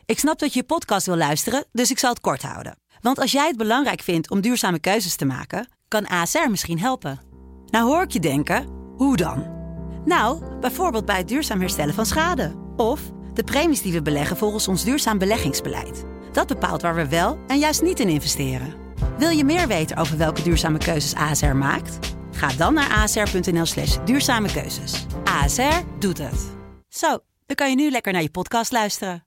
Ik snap dat je podcast wil luisteren, dus ik zal het kort houden. Want als jij het belangrijk vindt om duurzame keuzes te maken, kan ASR misschien helpen. Nou hoor ik je denken, hoe dan? Nou, bijvoorbeeld bij het duurzaam herstellen van schade. Of de premies die we beleggen volgens ons duurzaam beleggingsbeleid. Dat bepaalt waar we wel en juist niet in investeren. Wil je meer weten over welke duurzame keuzes ASR maakt? Ga dan naar asr.nl/duurzame keuzes. ASR doet het. Zo, dan kan je nu lekker naar je podcast luisteren.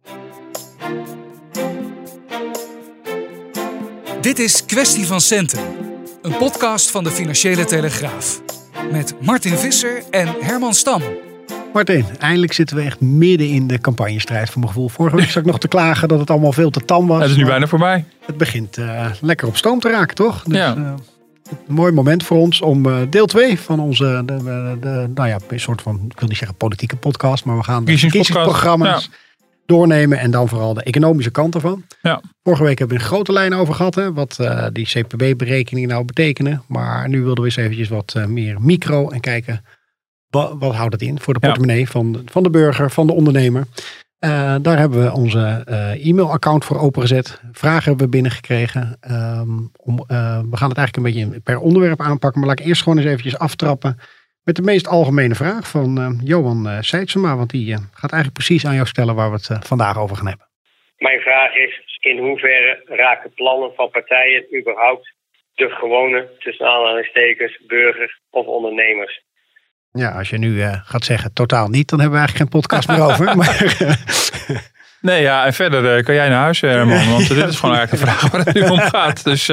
Dit is Kwestie van Centen, een podcast van de Financiële Telegraaf. Met Martin Visser en Herman Stam. Martin, eindelijk zitten we echt midden in de campagnestrijd voor mijn gevoel. Vorige week zat ik nog te klagen dat het allemaal veel te tam was. Het is nu bijna voorbij. Het begint lekker op stoom te raken, toch? Dus, ja. Een mooi moment voor ons om deel 2 van onze, een soort van, ik wil niet zeggen politieke podcast, maar we gaan de verkiezingsprogramma's doornemen en dan vooral de economische kant ervan. Ja. Vorige week hebben we een grote lijn over gehad, hè, wat die CPB-berekeningen nou betekenen. Maar nu wilden we eens eventjes wat meer micro en kijken, wat houdt het in voor de portemonnee van de burger, van de ondernemer. Daar hebben we onze e-mailaccount voor opengezet. Vragen hebben we binnengekregen. We gaan het eigenlijk een beetje per onderwerp aanpakken. Maar laat ik eerst gewoon eens eventjes aftrappen met de meest algemene vraag van Johan Seidsema. Want die gaat eigenlijk precies aan jou stellen waar we het vandaag over gaan hebben. Mijn vraag is, in hoeverre raken plannen van partijen überhaupt de gewone, tussen aanhalingstekens, burger of ondernemers? Ja, als je nu gaat zeggen totaal niet, dan hebben we eigenlijk geen podcast meer over. Maar, nee, ja, en verder kan jij naar huis, Herman. Want dit is gewoon eigenlijk de vraag waar het nu om gaat. Dus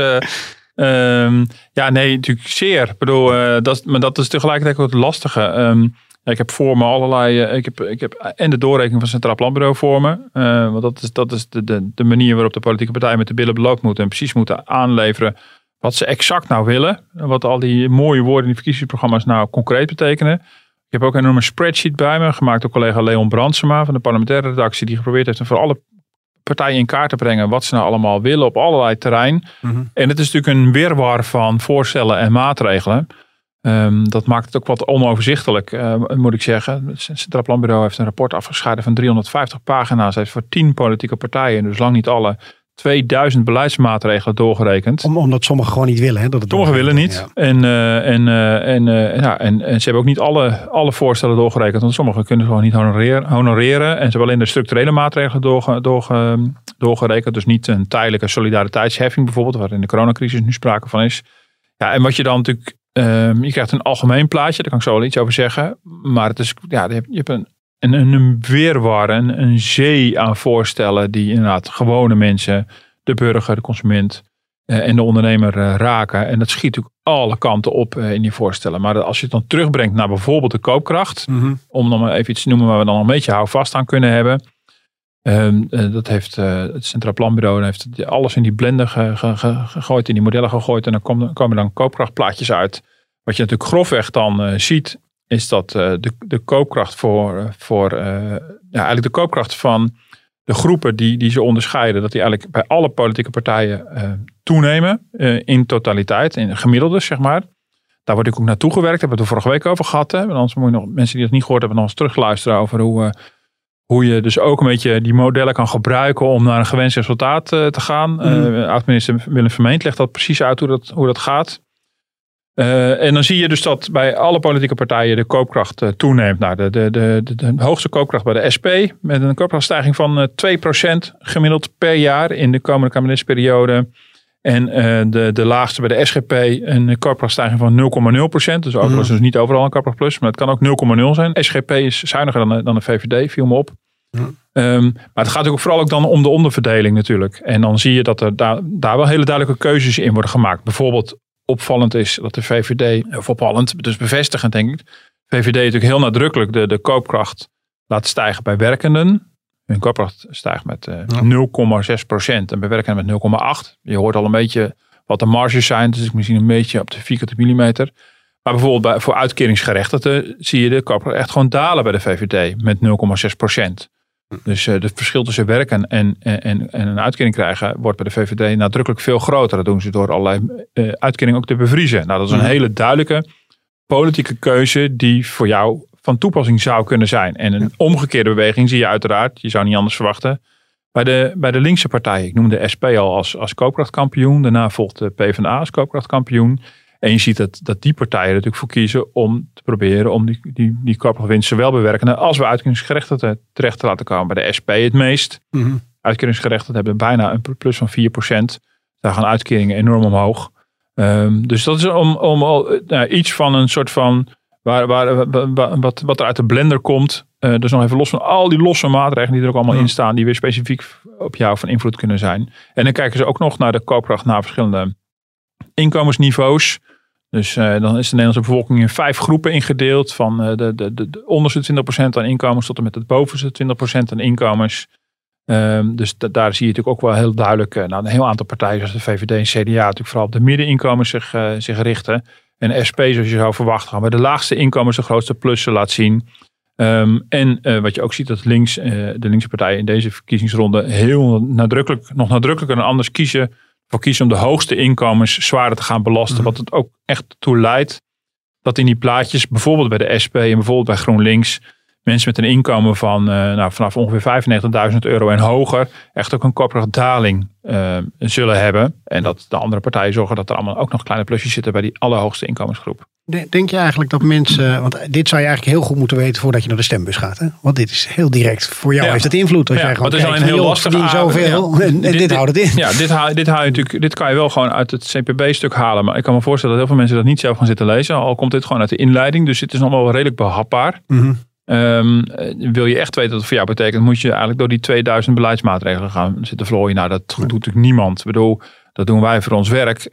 nee, natuurlijk zeer. Ik bedoel, maar dat is tegelijkertijd ook het lastige. Ik heb voor me allerlei, ik heb en de doorrekening van het Centraal Planbureau voor me. Want dat is de manier waarop de politieke partijen met de billen beloop moeten en precies moeten aanleveren wat ze exact nou willen. Wat al die mooie woorden in die verkiezingsprogramma's nou concreet betekenen. Ik heb ook een enorme spreadsheet bij me. Gemaakt door collega Leon Brandsema van de parlementaire redactie. Die geprobeerd heeft om voor alle partijen in kaart te brengen. Wat ze nou allemaal willen op allerlei terrein. Mm-hmm. En het is natuurlijk een wirwar van voorstellen en maatregelen. Dat maakt het ook wat onoverzichtelijk, moet ik zeggen. Het Centraal Planbureau heeft een rapport afgescheiden van 350 pagina's. Hij heeft voor 10 politieke partijen, dus lang niet alle, 2000 beleidsmaatregelen doorgerekend. Omdat sommigen gewoon niet willen. Hè, sommigen willen niet. Ja. En ze hebben ook niet alle voorstellen doorgerekend. Want sommigen kunnen gewoon niet honoreren. En ze hebben alleen de structurele maatregelen doorgerekend. Dus niet een tijdelijke solidariteitsheffing bijvoorbeeld. Waar in de coronacrisis nu sprake van is. Ja, en wat je dan natuurlijk, je krijgt een algemeen plaatje. Daar kan ik zo wel iets over zeggen. Maar het is, je hebt een wirwar, een zee aan voorstellen die inderdaad gewone mensen, de burger, de consument en de ondernemer raken. En dat schiet natuurlijk alle kanten op in die voorstellen. Maar als je het dan terugbrengt naar bijvoorbeeld de koopkracht, om dan maar even iets te noemen waar we dan een beetje houvast aan kunnen hebben. Dat heeft het Centraal Planbureau heeft alles in die blender gegooid, in die modellen gegooid. En dan komen dan koopkrachtplaatjes uit. Wat je natuurlijk grofweg dan ziet, is dat de koopkracht eigenlijk de koopkracht van de groepen die ze onderscheiden, dat die eigenlijk bij alle politieke partijen toenemen in totaliteit, in gemiddelde zeg maar. Daar wordt ook naartoe gewerkt, daar hebben we het vorige week over gehad. Hè? Anders moet je nog mensen die dat niet gehoord hebben, nog eens terugluisteren over hoe je dus ook een beetje die modellen kan gebruiken om naar een gewenst resultaat te gaan. Oud-minister Willem Vermeend legt dat precies uit hoe dat gaat. En dan zie je dus dat bij alle politieke partijen de koopkracht toeneemt. Nou, de hoogste koopkracht bij de SP met een koopkrachtstijging van 2% gemiddeld per jaar in de komende kabinetsperiode. En de laagste bij de SGP een koopkrachtstijging van 0,0%. Dus ook is dus niet overal een koopkrachtplus, maar het kan ook 0,0 zijn. SGP is zuiniger dan de VVD, viel me op. Maar het gaat ook vooral ook dan om de onderverdeling natuurlijk. En dan zie je dat er daar wel hele duidelijke keuzes in worden gemaakt. Bijvoorbeeld opvallend is dat de VVD, of opvallend, dus bevestigend denk ik, VVD natuurlijk heel nadrukkelijk de koopkracht laat stijgen bij werkenden. Hun koopkracht stijgt met 0,6% en bij werkenden met 0,8%. Je hoort al een beetje wat de marges zijn, dus misschien een beetje op de vierkante millimeter. Maar bijvoorbeeld voor uitkeringsgerechtigden zie je de koopkracht echt gewoon dalen bij de VVD met 0,6%. Dus het verschil tussen werken en een uitkering krijgen wordt bij de VVD nadrukkelijk veel groter. Dat doen ze door allerlei uitkeringen ook te bevriezen. Nou, dat is een hele duidelijke politieke keuze die voor jou van toepassing zou kunnen zijn. En een omgekeerde beweging zie je uiteraard, je zou niet anders verwachten, Bij de linkse partij, ik noemde de SP al als koopkrachtkampioen. Daarna volgt de PvdA als koopkrachtkampioen. En je ziet dat die partijen er natuurlijk voor kiezen om te proberen om die koopkrachtwinst zowel bewerkende als bij uitkeringsgerechtigden terecht te laten komen. Bij de SP het meest. Mm-hmm. Uitkeringsgerechtigden hebben bijna een plus van 4%. Daar gaan uitkeringen enorm omhoog. Dus dat is om iets van een soort van wat er uit de blender komt. Dus nog even los van al die losse maatregelen die er ook allemaal in staan. Die weer specifiek op jou van invloed kunnen zijn. En dan kijken ze ook nog naar de koopkracht naar verschillende inkomensniveaus. Dus dan is de Nederlandse bevolking in 5 groepen ingedeeld. Van de onderste 20% aan inkomens tot en met het bovenste 20% aan inkomens. Dus daar zie je natuurlijk ook wel heel duidelijk een heel aantal partijen zoals de VVD en CDA natuurlijk vooral op de middeninkomens zich richten. En de SP, zoals je zou verwachten, gaan bij de laagste inkomens de grootste plussen laat zien. Wat je ook ziet, dat de linkse partijen in deze verkiezingsronde heel nog nadrukkelijker dan anders kiezen om de hoogste inkomens zwaarder te gaan belasten. Wat het ook echt toe leidt dat in die plaatjes, bijvoorbeeld bij de SP en bijvoorbeeld bij GroenLinks, mensen met een inkomen van vanaf ongeveer €95.000 en hoger echt ook een koopkrachtdaling zullen hebben. En dat de andere partijen zorgen dat er allemaal ook nog kleine plusjes zitten bij die allerhoogste inkomensgroep. Denk je eigenlijk dat mensen, want dit zou je eigenlijk heel goed moeten weten voordat je naar de stembus gaat. Hè? Want dit is heel direct. Voor jou heeft het invloed. Als jij gewoon kijkt, het is heel lastig. Zoveel, en dit houdt het in. Ja, dit kan je wel gewoon uit het CPB-stuk halen. Maar ik kan me voorstellen dat heel veel mensen dat niet zelf gaan zitten lezen. Al komt dit gewoon uit de inleiding. Dus het is nog wel redelijk behapbaar. Mm-hmm. Wil je echt weten wat het voor jou betekent, moet je eigenlijk door die 2000 beleidsmaatregelen gaan zitten vlooien. Nou, dat doet natuurlijk niemand. Ik bedoel, dat doen wij voor ons werk.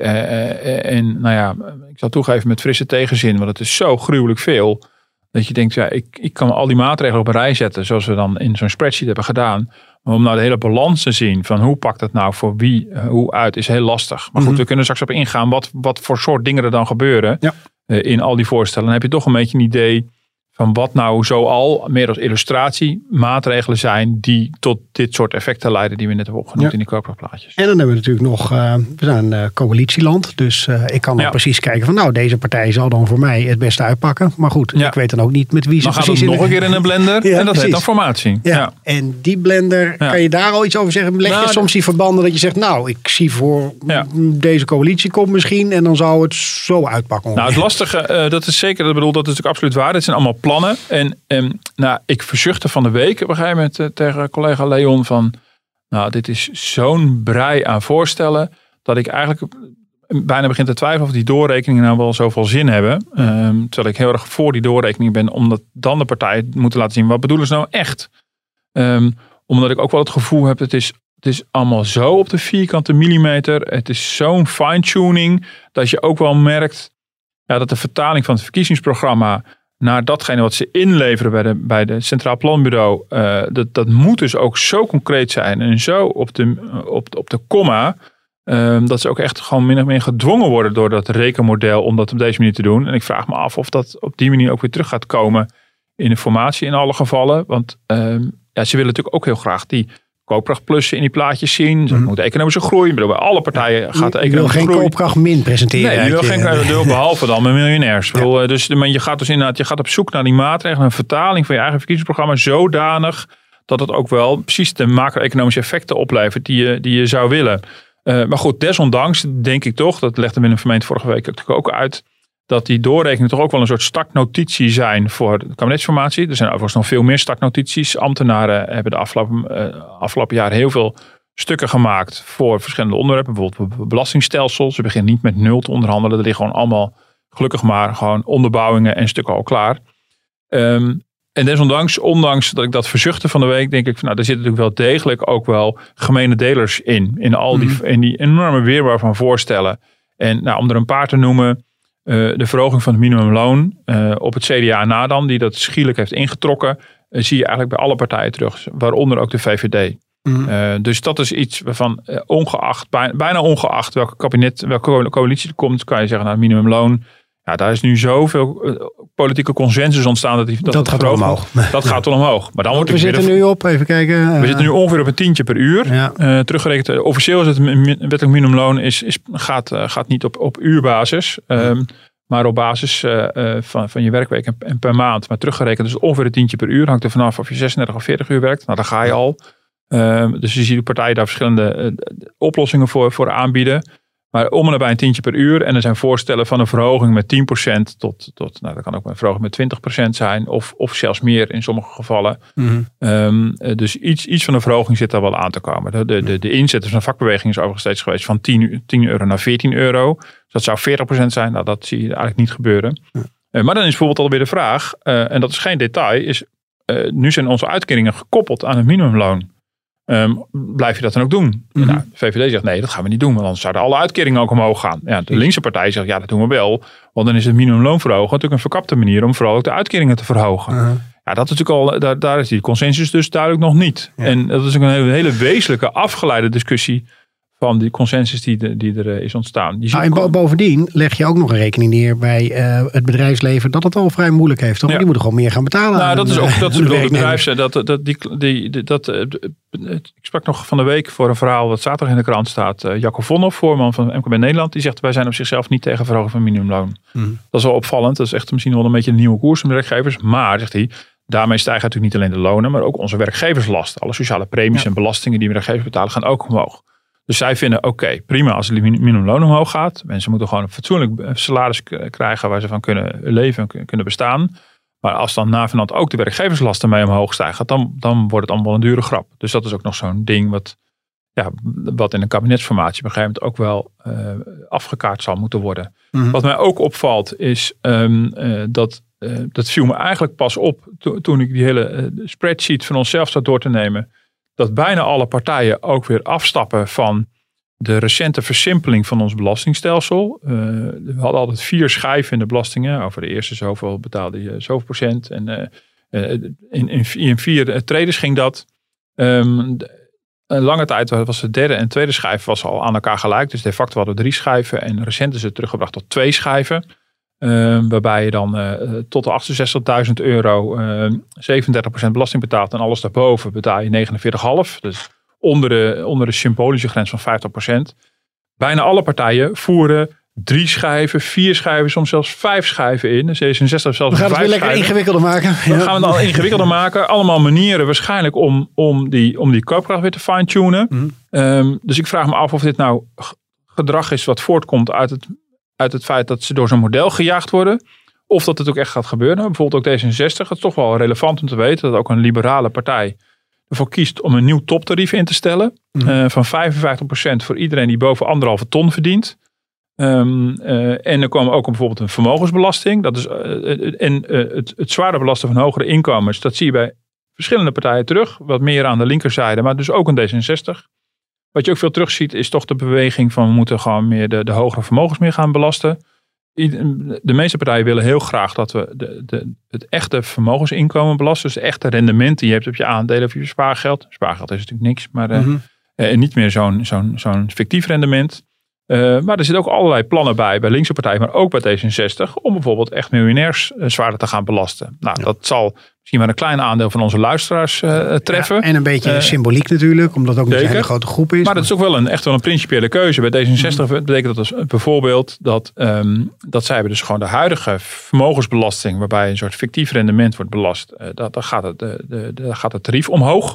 Ik zal toegeven met frisse tegenzin, want het is zo gruwelijk veel. Dat je denkt, ik kan al die maatregelen op een rij zetten, zoals we dan in zo'n spreadsheet hebben gedaan. Maar om nou de hele balans te zien van hoe pakt het nou voor wie, hoe uit, is heel lastig. Maar goed, we kunnen straks op ingaan wat voor soort dingen er dan gebeuren in al die voorstellen. Dan heb je toch een beetje een idee van wat nou zoal, meer als illustratie, maatregelen zijn die tot dit soort effecten leiden die we net hebben opgenoemd in die koopkrachtplaatjes. En dan hebben we natuurlijk nog, we zijn coalitieland, dus ik kan dan precies kijken van nou, deze partij zal dan voor mij het beste uitpakken. Maar goed, ik weet dan ook niet met wie ze precies... Dan gaat het nog een keer in een blender en dat heet dan formatie. Ja. En die blender, kan je daar al iets over zeggen? Leg je soms die verbanden dat je zegt, nou, ik zie voor deze coalitie komt misschien en dan zou het zo uitpakken. Nou, het lastige, dat is zeker, dat is natuurlijk absoluut waar. Dit zijn allemaal plannen. En ik verzuchtte van de week op een gegeven moment tegen collega Leon van, nou, dit is zo'n brei aan voorstellen dat ik eigenlijk bijna begin te twijfelen of die doorrekeningen nou wel zoveel zin hebben. Terwijl ik heel erg voor die doorrekening ben, omdat dan de partijen moeten laten zien wat bedoelen ze nou echt. Omdat ik ook wel het gevoel heb, het is allemaal zo op de vierkante millimeter. Het is zo'n fine-tuning dat je ook wel merkt dat de vertaling van het verkiezingsprogramma naar datgene wat ze inleveren bij de Centraal Planbureau, dat moet dus ook zo concreet zijn en zo op de komma, dat ze ook echt gewoon min of meer gedwongen worden door dat rekenmodel om dat op deze manier te doen. En ik vraag me af of dat op die manier ook weer terug gaat komen in de formatie in alle gevallen. Want ze willen natuurlijk ook heel graag die koopkrachtplussen in die plaatjes zien. Ze moeten economische groei. Ik bedoel, bij alle partijen gaat de economische groei. Je wil geen koopkracht min presenteren. Nee, je wil geen koopkracht, behalve dan met miljonairs. Ja. Maar je gaat dus inderdaad, je gaat op zoek naar die maatregelen, een vertaling van je eigen verkiezingsprogramma zodanig dat het ook wel precies de macro-economische effecten oplevert die je zou willen. Maar goed, desondanks denk ik toch, dat legde Willem Vermeend vorige week natuurlijk ook uit, dat die doorrekeningen toch ook wel een soort startnotitie zijn voor de kabinetsformatie. Er zijn overigens nog veel meer startnotities. Ambtenaren hebben de afgelopen jaren heel veel stukken gemaakt voor verschillende onderwerpen. Bijvoorbeeld belastingstelsel. Ze beginnen niet met 0 te onderhandelen. Er liggen gewoon allemaal, gelukkig maar, gewoon onderbouwingen en stukken al klaar. En desondanks, ondanks dat ik dat verzuchtte van de week, denk ik van, nou, daar zitten natuurlijk wel degelijk ook wel gemene delers in al die enorme weerwaar van voorstellen. En nou, om er een paar te noemen, de verhoging van het minimumloon op het CDA na dan, die dat schielijk heeft ingetrokken, zie je eigenlijk bij alle partijen terug, waaronder ook de VVD. Dus dat is iets waarvan bijna ongeacht welke coalitie er komt, kan je zeggen, nou, het minimumloon, ja, daar is nu zoveel politieke consensus ontstaan dat gaat wel omhoog. Dat gaat wel omhoog. Maar dan wordt we zitten nu op, even kijken. We zitten nu ongeveer op een tientje per uur. Ja. Teruggerekend, officieel is het wettelijk minimumloon gaat niet op uurbasis. Maar op basis van je werkweek en per maand. Maar teruggerekend is het ongeveer een tientje per uur. Hangt er vanaf of je 36 of 40 uur werkt. Nou, daar ga je al. Dus je ziet de partijen daar verschillende oplossingen voor aanbieden. Maar om en nabij een tientje per uur. En er zijn voorstellen van een verhoging met 10% tot nou, dat kan ook een verhoging met 20% zijn. Of zelfs meer in sommige gevallen. Dus iets van een verhoging zit daar wel aan te komen. De inzet van de vakbeweging is overigens steeds geweest van 10 euro naar 14 euro. Dus dat zou 40% zijn. Nou, dat zie je eigenlijk niet gebeuren. Maar dan is bijvoorbeeld alweer de vraag. En dat is geen detail. Nu zijn onze uitkeringen gekoppeld aan het minimumloon. Blijf je dat dan ook doen? Nou, de VVD zegt nee, dat gaan we niet doen. Want anders zouden alle uitkeringen ook omhoog gaan. Ja, de linkse partij zegt ja, dat doen we wel. Want dan is het minimumloon verhogen natuurlijk een verkapte manier om vooral ook de uitkeringen te verhogen. Ja, dat is natuurlijk al, daar is die consensus dus duidelijk nog niet. Ja. En dat is ook een hele wezenlijke afgeleide discussie van die consensus die er is ontstaan. En bovendien leg je ook nog een rekening neer bij het bedrijfsleven dat het al vrij moeilijk heeft. Toch? Ja. Die moeten gewoon meer gaan betalen. Nou, dat is ook het bedrijf. Ik sprak nog van de week voor een verhaal dat zaterdag in de krant staat. Jacco Vonhoff, voorman van MKB Nederland, die zegt wij zijn op zichzelf niet tegen verhoging van minimumloon. Dat is wel opvallend. Dat is echt misschien wel een beetje een nieuwe koers van de werkgevers. Maar, zegt hij, daarmee stijgen natuurlijk niet alleen de lonen, maar ook onze werkgeverslast. Alle sociale premies en belastingen die werkgevers betalen gaan ook omhoog. Dus zij vinden, oké, prima als het minimumloon omhoog gaat. Mensen moeten gewoon een fatsoenlijk salaris krijgen waar ze van kunnen leven en kunnen bestaan. Maar als dan navenant ook de werkgeverslasten mee omhoog stijgen, dan wordt het allemaal een dure grap. Dus dat is ook nog zo'n ding wat in een kabinetsformatie op een gegeven moment ook wel afgekaart zal moeten worden. Wat mij ook opvalt is dat viel me eigenlijk pas op toen ik die hele spreadsheet van onszelf zat door te nemen. Dat bijna alle partijen ook weer afstappen van de recente versimpeling van ons belastingstelsel. We hadden altijd 4 schijven in de belastingen. Over de eerste zoveel betaalde je zoveel procent. En in 4 tredes ging dat. Een lange tijd was de derde en tweede schijf was al aan elkaar gelijk. Dus de facto hadden we 3 schijven. En recent is het teruggebracht tot 2 schijven. Waarbij je dan tot de €68.000 37% belasting betaalt. En alles daarboven betaal je 49,5%. Dus onder de symbolische grens van 50%. Bijna alle partijen voeren 3 schijven, 4 schijven, soms zelfs 5 schijven in. De D66 zelfs 5 schijven. We gaan het weer lekker ingewikkelder maken. Dan gaan we het al ingewikkelder maken. Allemaal manieren waarschijnlijk om die koopkracht weer te fine-tunen. Dus ik vraag me af of dit nou gedrag is wat voortkomt uit het feit dat ze door zo'n model gejaagd worden. Of dat het ook echt gaat gebeuren. Bijvoorbeeld ook D66. Het is toch wel relevant om te weten dat ook een liberale partij ervoor kiest om een nieuw toptarief in te stellen. Van 55% voor iedereen die boven 1,5 ton verdient. En er kwam ook bijvoorbeeld een vermogensbelasting. Dat is, het zware belasten van hogere inkomens. Dat zie je bij verschillende partijen terug. Wat meer aan de linkerzijde, maar dus ook een D66. Wat je ook veel terugziet is toch de beweging van we moeten gewoon meer de hogere vermogens meer gaan belasten. De meeste partijen willen heel graag dat we het echte vermogensinkomen belasten. Dus de echte rendement die je hebt op je aandelen of je spaargeld. Spaargeld is natuurlijk niks, maar niet meer zo'n fictief rendement. Maar er zitten ook allerlei plannen bij linkse partijen, maar ook bij D66. Om bijvoorbeeld echt miljonairs zwaarder te gaan belasten. Nou, dat zal misschien maar een klein aandeel van onze luisteraars treffen. Ja, en een beetje symboliek natuurlijk, omdat het ook niet een hele grote groep is. Maar dat is ook wel echt wel een principiële keuze. Bij D66 betekent dat dus bijvoorbeeld dat zij hebben dus gewoon de huidige vermogensbelasting, waarbij een soort fictief rendement wordt belast. Dan gaat het tarief omhoog.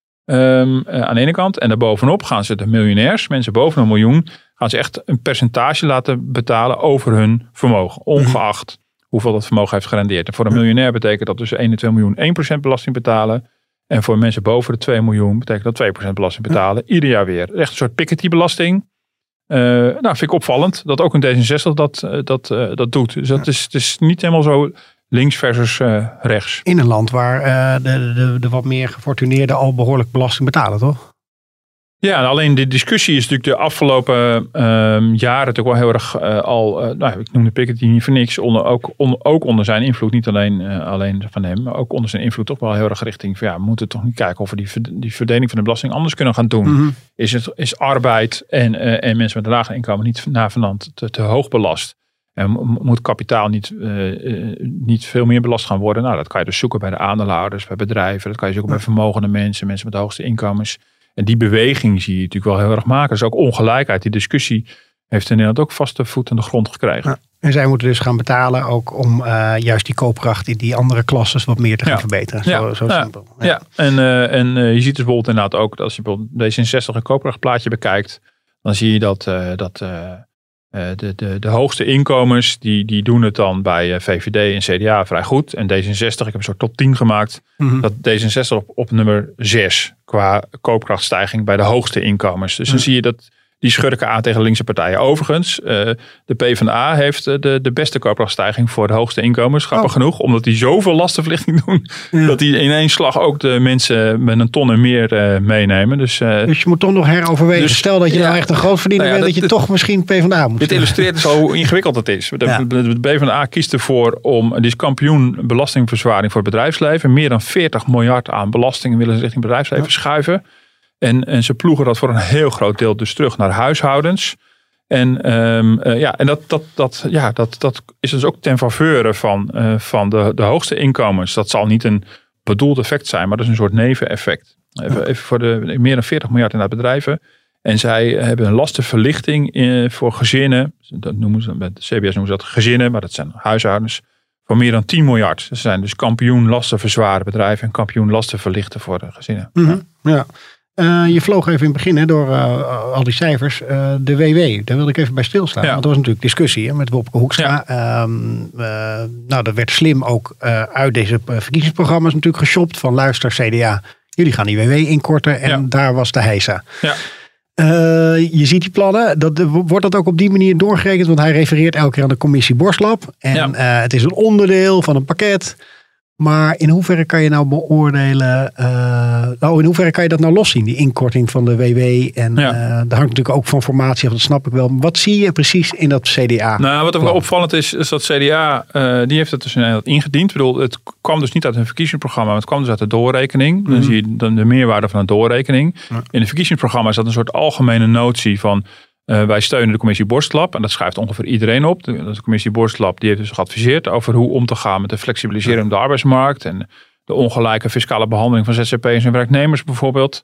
Aan de ene kant. En daarbovenop gaan ze de miljonairs, mensen boven 1 miljoen, gaan ze echt een percentage laten betalen over hun vermogen. Ongeacht hoeveel dat vermogen heeft gerendeerd. En voor een miljonair betekent dat tussen 1 en 2 miljoen 1% belasting betalen. En voor mensen boven de 2 miljoen betekent dat 2% belasting betalen. Ieder jaar weer. Echt een soort Piketty-belasting. Vind ik opvallend dat ook een D66 dat doet. Dus het is niet helemaal zo links versus rechts. In een land waar de wat meer gefortuneerden al behoorlijk belasting betalen, toch? Ja, alleen de discussie is natuurlijk de afgelopen jaren natuurlijk wel heel erg ik noemde Piketty niet voor niks. Ook onder zijn invloed, niet alleen van hem, maar ook onder zijn invloed toch wel heel erg richting van we moeten toch niet kijken of we die verdeling van de belasting anders kunnen gaan doen. Is arbeid en mensen met een lager inkomen niet navenant te hoog belast? En moet kapitaal niet veel meer belast gaan worden? Nou, dat kan je dus zoeken bij de aandeelhouders, bij bedrijven. Dat kan je zoeken bij vermogende mensen met de hoogste inkomens. En die beweging zie je natuurlijk wel heel erg maken. Dat is ook ongelijkheid. Die discussie heeft in Nederland ook vaste voet aan de grond gekregen. Ja. En zij moeten dus gaan betalen ook om juist die koopkracht in die andere klasses wat meer te gaan verbeteren. Zo simpel. Ja. En je ziet dus bijvoorbeeld inderdaad ook, dat als je bijvoorbeeld D66 een koopkrachtplaatje bekijkt, dan zie je dat de hoogste inkomens, die doen het dan bij VVD en CDA vrij goed. En D66, ik heb een soort top 10 gemaakt, dat D66 op nummer 6 qua koopkrachtstijging bij de hoogste inkomens. Dus dan zie je dat die schurken aan tegen linkse partijen. Overigens, de PvdA heeft de beste koopkrachtstijging voor de hoogste inkomens. Grappig genoeg, omdat die zoveel lastenverlichting doen. Ja. Dat die in één slag ook de mensen met een ton en meer meenemen. Dus je moet toch nog heroverwegen. Dus, stel dat je nou echt een grootverdiener bent, dat je toch misschien PvdA moet. Dit illustreert dus al hoe ingewikkeld het is. De PvdA kiest ervoor om, die is kampioen belastingverzwaring voor het bedrijfsleven. Meer dan 40 miljard aan belastingen willen ze richting het bedrijfsleven schuiven. En ze ploegen dat voor een heel groot deel dus terug naar huishoudens. En dat is dus ook ten faveur van de hoogste inkomens. Dat zal niet een bedoeld effect zijn, maar dat is een soort neveneffect. Even voor de meer dan 40 miljard in bedrijven. En zij hebben een lastenverlichting voor gezinnen. Dat noemen ze, met de CBS noemen ze dat gezinnen, maar dat zijn huishoudens. Van meer dan 10 miljard. Ze zijn dus kampioen lasten verzwaren bedrijven en kampioen lasten verlichten voor de gezinnen. Mm-hmm. Ja. Je vloog even in het begin door al die cijfers. De WW, daar wilde ik even bij stilstaan. Ja. Want er was natuurlijk discussie met Wopke Hoekstra. Ja. Dat werd slim ook uit deze verkiezingsprogramma's natuurlijk geshopt. Van luister CDA, jullie gaan die WW inkorten. En daar was de heisa. Ja. Je ziet die plannen. Wordt dat ook op die manier doorgerekend? Want hij refereert elke keer aan de commissie Borstlab. En het is een onderdeel van een pakket. Maar in hoeverre kan je nou beoordelen, in hoeverre kan je dat nou loszien, die inkorting van de WW? En daar hangt natuurlijk ook van formatie af, dat snap ik wel. Wat zie je precies in dat CDA? Nou, wat ook wel opvallend is dat CDA, die heeft het dus ingediend. Ik bedoel, het kwam dus niet uit een verkiezingsprogramma, maar het kwam dus uit de doorrekening. Dan zie je dan de meerwaarde van een doorrekening. Ja. In het verkiezingsprogramma is dat een soort algemene notie van, wij steunen de commissie Borstlab en dat schrijft ongeveer iedereen op. De commissie Borstlab die heeft dus geadviseerd over hoe om te gaan met de flexibilisering op de arbeidsmarkt en de ongelijke fiscale behandeling van ZZP'ers en werknemers bijvoorbeeld.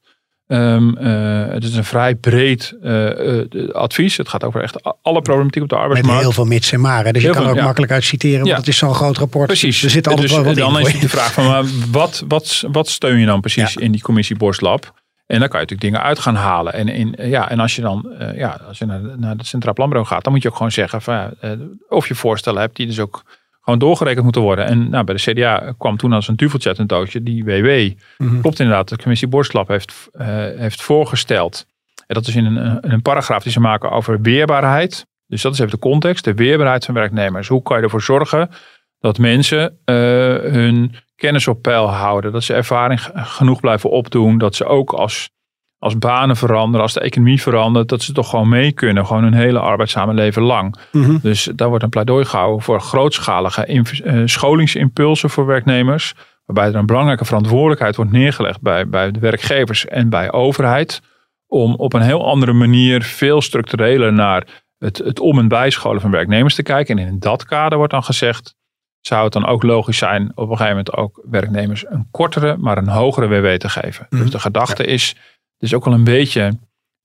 Het is een vrij breed advies. Het gaat over echt alle problematiek op de arbeidsmarkt. Met heel veel mits en maren. Dus je kan er ook makkelijk uit citeren, want het is zo'n groot rapport. Precies. Er zit altijd wel wat in. Dan is de vraag van, maar wat steun je dan precies in die commissie Borstlab? En dan kan je natuurlijk dingen uit gaan halen. En als je dan naar het Centraal Planbureau gaat, dan moet je ook gewoon zeggen van, of je voorstellen hebt die dus ook gewoon doorgerekend moeten worden. En bij de CDA kwam toen als een duveltje uit een doosje die WW. Klopt inderdaad, de commissie Borstlab heeft voorgesteld. En dat is in een paragraaf die ze maken over weerbaarheid. Dus dat is even de context, de weerbaarheid van werknemers. Hoe kan je ervoor zorgen dat mensen hun kennis op peil houden. Dat ze ervaring genoeg blijven opdoen. Dat ze ook als banen veranderen, als de economie verandert, dat ze toch gewoon mee kunnen. Gewoon hun hele arbeidszame leven lang. Dus daar wordt een pleidooi gehouden voor grootschalige scholingsimpulsen voor werknemers. Waarbij er een belangrijke verantwoordelijkheid wordt neergelegd bij de werkgevers en bij overheid. Om op een heel andere manier veel structureler naar het om- en bijscholen van werknemers te kijken. En in dat kader wordt dan gezegd, zou het dan ook logisch zijn op een gegeven moment ook werknemers een kortere, maar een hogere WW te geven. Dus de gedachte is, het is ook wel een beetje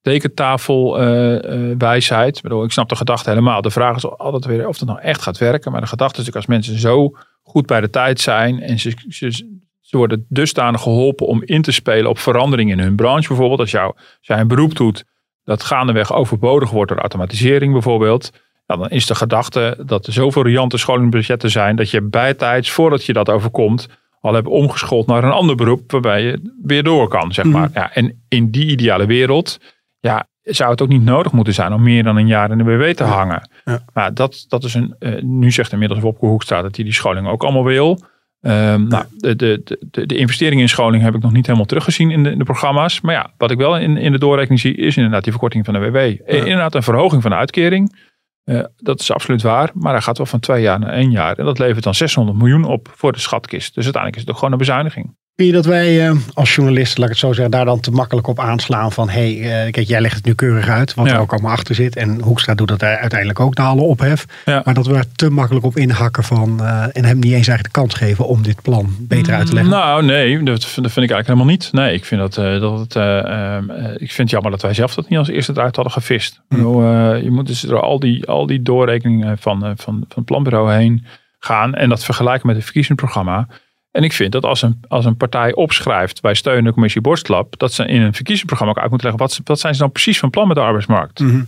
tekentafelwijsheid. Ik snap de gedachte helemaal. De vraag is altijd weer of het nou echt gaat werken. Maar de gedachte is natuurlijk als mensen zo goed bij de tijd zijn en ze worden dusdanig geholpen om in te spelen op veranderingen in hun branche. Bijvoorbeeld als jij een beroep doet dat gaandeweg overbodig wordt door automatisering bijvoorbeeld. Dan is de gedachte dat er zoveel riante scholingbudgetten zijn dat je bijtijds, voordat je dat overkomt, al hebt omgeschoold naar een ander beroep waarbij je weer door kan, zeg maar. Ja, en in die ideale wereld zou het ook niet nodig moeten zijn om meer dan een jaar in de WW te hangen. Ja. Maar dat is nu zegt inmiddels Wopke Hoekstra dat hij die scholing ook allemaal wil. De investeringen in scholing heb ik nog niet helemaal teruggezien in de programma's. Maar wat ik wel in de doorrekening zie is inderdaad die verkorting van de WW. Inderdaad een verhoging van de uitkering. Dat is absoluut waar, maar hij gaat wel van 2 jaar naar 1 jaar. En dat levert dan 600 miljoen op voor de schatkist. Dus uiteindelijk is het ook gewoon een bezuiniging. Vind je dat wij als journalisten, laat ik het zo zeggen, daar dan te makkelijk op aanslaan van kijk, jij legt het nu keurig uit, wat er ook allemaal achter zit. En Hoekstra doet dat uiteindelijk ook na alle ophef. Ja. Maar dat we er te makkelijk op inhakken van en hem niet eens eigenlijk de kans geven om dit plan beter uit te leggen. Nou, nee, dat vind ik eigenlijk helemaal niet. Nee, ik vind ik vind het jammer dat wij zelf dat niet als eerste eruit hadden gevist. Je moet dus door al die doorrekeningen van het planbureau heen gaan en dat vergelijken met het verkiezingsprogramma. En ik vind dat als een partij opschrijft bij steun de commissie Borstlab, dat ze in een verkiezingsprogramma ook uit moeten leggen wat zijn ze nou precies van plan met de arbeidsmarkt. Mm-hmm.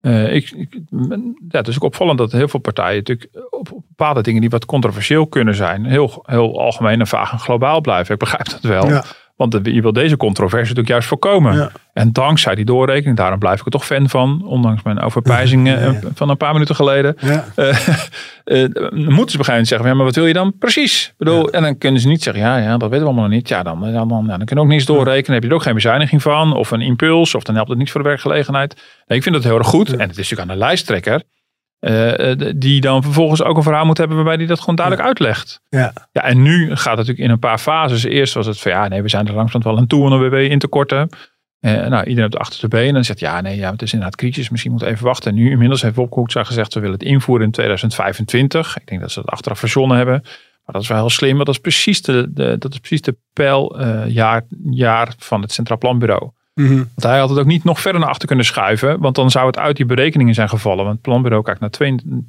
Het is ook opvallend dat heel veel partijen natuurlijk op bepaalde dingen die wat controversieel kunnen zijn, heel, heel algemeen en vaag en globaal blijven. Ik begrijp dat wel. Ja. Want je wil deze controversie natuurlijk juist voorkomen. Ja. En dankzij die doorrekening, daarom blijf ik er toch fan van. Ondanks mijn overpijzing van een paar minuten geleden. Ja. Moeten ze op een gegeven moment zeggen, maar wat wil je dan precies? En dan kunnen ze niet zeggen, dat weten we allemaal nog niet. Ja, dan kunnen we ook niks doorrekenen. Dan heb je er ook geen bezuiniging van. Of een impuls. Of dan helpt het niet voor de werkgelegenheid. Nee, ik vind dat heel erg goed. Ja. En het is natuurlijk aan de lijsttrekker. Die dan vervolgens ook een verhaal moet hebben waarbij hij dat gewoon duidelijk uitlegt. Ja, en nu gaat het natuurlijk in een paar fases. Eerst was het van we zijn er langzamerhand wel aan toe om de WW in te korten. Iedereen op de achterste benen. En dan zegt het is inderdaad crisis. Misschien moeten we even wachten. En nu inmiddels heeft Wopke Hoekstra gezegd we willen het invoeren in 2025. Ik denk dat ze dat achteraf verzonnen hebben. Maar dat is wel heel slim. Want dat is precies de pijljaar van het Centraal Planbureau. Mm-hmm. Want hij had het ook niet nog verder naar achter kunnen schuiven. Want dan zou het uit die berekeningen zijn gevallen. Want het planbureau kijkt naar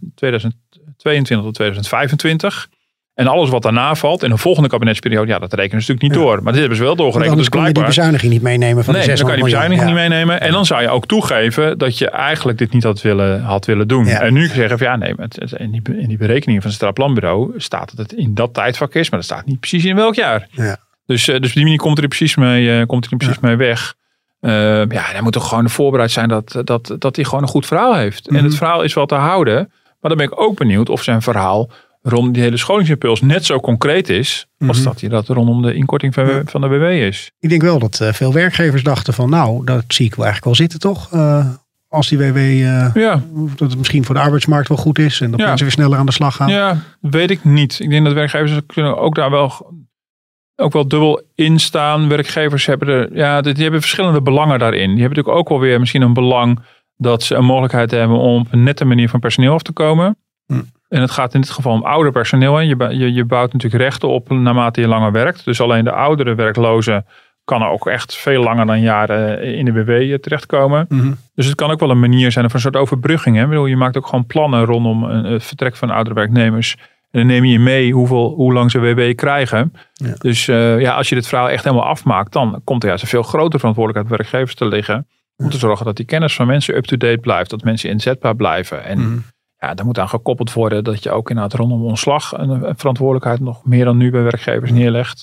2022 tot 2025. En alles wat daarna valt in een volgende kabinetsperiode. Dat rekenen ze natuurlijk niet door. Maar dit hebben ze wel doorgerekend. Dus kan je die bezuiniging niet meenemen van de 600 dan kan je die bezuiniging niet meenemen. En dan zou je ook toegeven dat je eigenlijk dit niet had willen doen. Ja. En nu zeggen in die berekeningen van het Centraal Planbureau staat dat het in dat tijdvak is. Maar dat staat niet precies in welk jaar. Ja. Dus op die manier komt er precies mee weg. Hij moet toch gewoon voorbereid zijn dat hij gewoon een goed verhaal heeft. Mm-hmm. En het verhaal is wel te houden. Maar dan ben ik ook benieuwd of zijn verhaal rond die hele scholingsimpuls net zo concreet is als dat hij dat rondom de inkorting van de WW is. Ik denk wel dat veel werkgevers dachten van dat zie ik wel eigenlijk wel zitten toch? Als die WW, dat het misschien voor de arbeidsmarkt wel goed is en dat mensen weer sneller aan de slag gaan. Ja, weet ik niet. Ik denk dat werkgevers kunnen ook daar ook wel dubbel instaan. Werkgevers hebben die hebben verschillende belangen daarin. Die hebben natuurlijk ook wel weer misschien een belang dat ze een mogelijkheid hebben om op een nette manier van personeel af te komen. En het gaat in dit geval om ouder personeel. Hè. Je bouwt natuurlijk rechten op naarmate je langer werkt. Dus alleen de oudere werklozen kan er ook echt veel langer dan jaren in de WW terechtkomen. Mm-hmm. Dus het kan ook wel een manier zijn van een soort overbrugging. Hè. Ik bedoel, je maakt ook gewoon plannen rondom het vertrek van oudere werknemers. En dan neem je mee hoe lang ze WW krijgen. Ja. Dus als je dit verhaal echt helemaal afmaakt, dan komt er juist een veel grotere verantwoordelijkheid op werkgevers te liggen. Om te zorgen dat die kennis van mensen up-to-date blijft. Dat mensen inzetbaar blijven. En daar moet aan gekoppeld worden dat je ook inderdaad rondom ontslag een verantwoordelijkheid nog meer dan nu bij werkgevers neerlegt.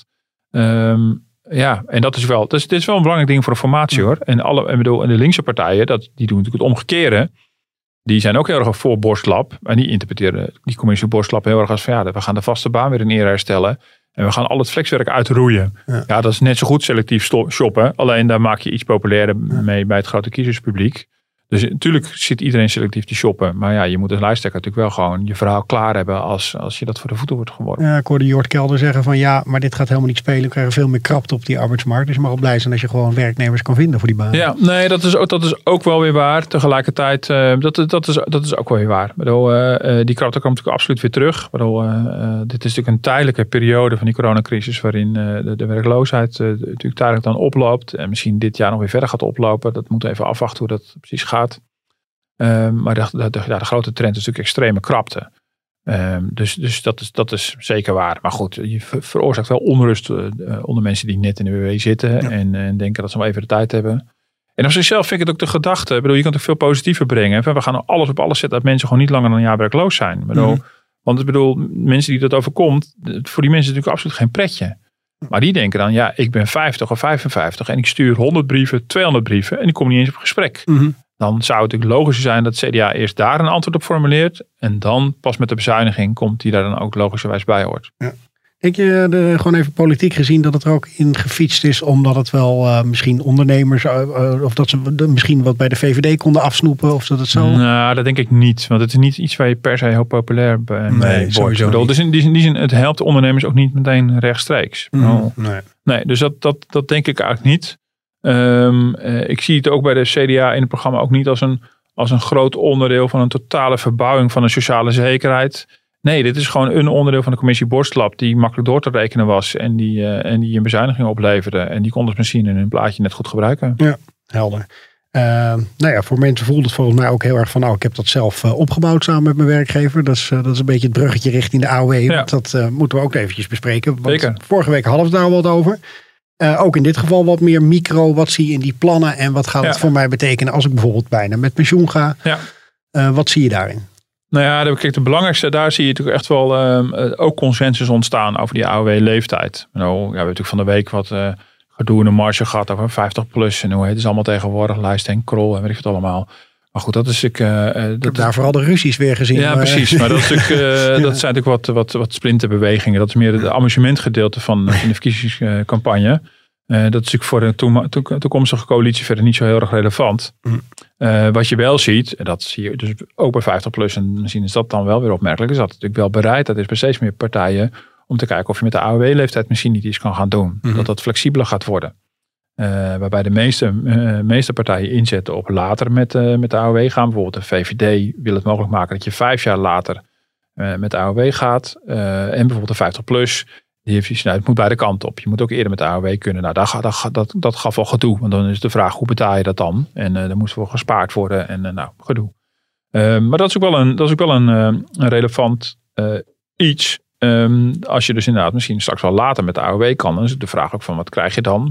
En dat is wel, dit is wel een belangrijk ding voor de formatie hoor. En de linkse partijen, die doen natuurlijk het omgekeerde. Die zijn ook heel erg voor Borstlab. En die interpreteren die commissie Borstlab heel erg als van we gaan de vaste baan weer in ere herstellen. En we gaan al het flexwerk uitroeien. Ja, dat is net zo goed selectief shoppen. Alleen daar maak je iets populairder mee bij het grote kiezerspubliek. Dus natuurlijk zit iedereen selectief te shoppen. Maar je moet als lijsttrekker natuurlijk wel gewoon je verhaal klaar hebben als je dat voor de voeten wordt geworden. Ja, ik hoorde Jort Kelder zeggen van maar dit gaat helemaal niet spelen. We krijgen veel meer krapte op die arbeidsmarkt. Dus je mag wel blij zijn dat je gewoon werknemers kan vinden voor die baan. Ja, nee, dat is ook wel weer waar. Tegelijkertijd, dat is ook wel weer waar. Die krapte komt natuurlijk absoluut weer terug. Dit is natuurlijk een tijdelijke periode van die coronacrisis waarin de werkloosheid natuurlijk tijdelijk dan oploopt. En misschien dit jaar nog weer verder gaat oplopen. Dat moeten we even afwachten hoe dat precies gaat. Maar de grote trend is natuurlijk extreme krapte. Dus dat is zeker waar. Maar goed, je veroorzaakt wel onrust onder mensen die net in de WW zitten. Ja. En denken dat ze wel even de tijd hebben. En op zichzelf vind ik het ook de gedachte. Je kan het ook veel positiever brengen. We gaan alles op alles zetten dat mensen gewoon niet langer dan een jaar werkloos zijn. Want mensen die dat overkomt, voor die mensen is het natuurlijk absoluut geen pretje. Maar die denken dan, ik ben 50 of 55 en ik stuur 100 brieven, 200 brieven en ik kom niet eens op gesprek. Mm-hmm. Dan zou het natuurlijk logisch zijn dat het CDA eerst daar een antwoord op formuleert. En dan pas met de bezuiniging komt die daar dan ook logischerwijs bij hoort. Ja. Denk je, gewoon even politiek gezien, dat het er ook in gefietst is omdat het wel misschien ondernemers, of dat ze misschien wat bij de VVD konden afsnoepen, of dat het zo? Nou, dat denk ik niet. Want het is niet iets waar je per se heel populair mee wordt. Dus in die zin, het helpt de ondernemers ook niet meteen rechtstreeks. Nee, dus dat denk ik eigenlijk niet. Ik zie het ook bij de CDA in het programma ook niet als een groot onderdeel van een totale verbouwing van de sociale zekerheid. Nee, dit is gewoon een onderdeel van de commissie Borstlap die makkelijk door te rekenen was en die een bezuiniging opleverde. En die konden ze misschien in hun plaatje net goed gebruiken. Ja, helder. Voor mensen voelt het volgens mij ook heel erg van, ik heb dat zelf opgebouwd samen met mijn werkgever. Dat is een beetje het bruggetje richting de AOW. Ja. Dat moeten we ook eventjes bespreken. Want vorige week hadden we het daar wat over. Ook in dit geval wat meer micro. Wat zie je in die plannen en wat gaat het voor mij betekenen als ik bijvoorbeeld bijna met pensioen ga? Ja. Wat zie je daarin? Nou ja, kijk, de belangrijkste, daar zie je natuurlijk echt wel ook consensus ontstaan over die AOW-leeftijd. Nou, we hebben natuurlijk van de week wat gedoe in de marge gehad over 50 plus. En hoe heet het allemaal tegenwoordig? Lijst Henk Krol en weet ik het allemaal. Maar goed, dat is ik heb daar vooral de ruzies weer gezien. Ja, precies. Maar dat is natuurlijk, dat zijn natuurlijk wat splinterbewegingen. Dat is meer het amusementgedeelte van de verkiezingscampagne. Dat is natuurlijk voor de toekomstige coalitie verder niet zo heel erg relevant. Wat je wel ziet, en dat zie je dus ook bij 50 plus, en misschien is dat dan wel weer opmerkelijk, is dat natuurlijk wel bereid. Dat is bij steeds meer partijen om te kijken of je met de AOW-leeftijd misschien niet iets kan gaan doen. Dat dat flexibeler gaat worden. Waarbij de meeste partijen inzetten op later met de AOW gaan. Bijvoorbeeld de VVD wil het mogelijk maken dat je 5 jaar later met de AOW gaat. En bijvoorbeeld de 50 plus. Die heeft iets, het moet beide kanten op. Je moet ook eerder met de AOW kunnen. Nou, dat gaf wel gedoe. Want dan is de vraag, hoe betaal je dat dan? En daar moest voor gespaard worden. En gedoe. Maar dat is ook wel een relevant iets. Als je dus inderdaad misschien straks wel later met de AOW kan. Dan is het de vraag ook van, wat krijg je dan?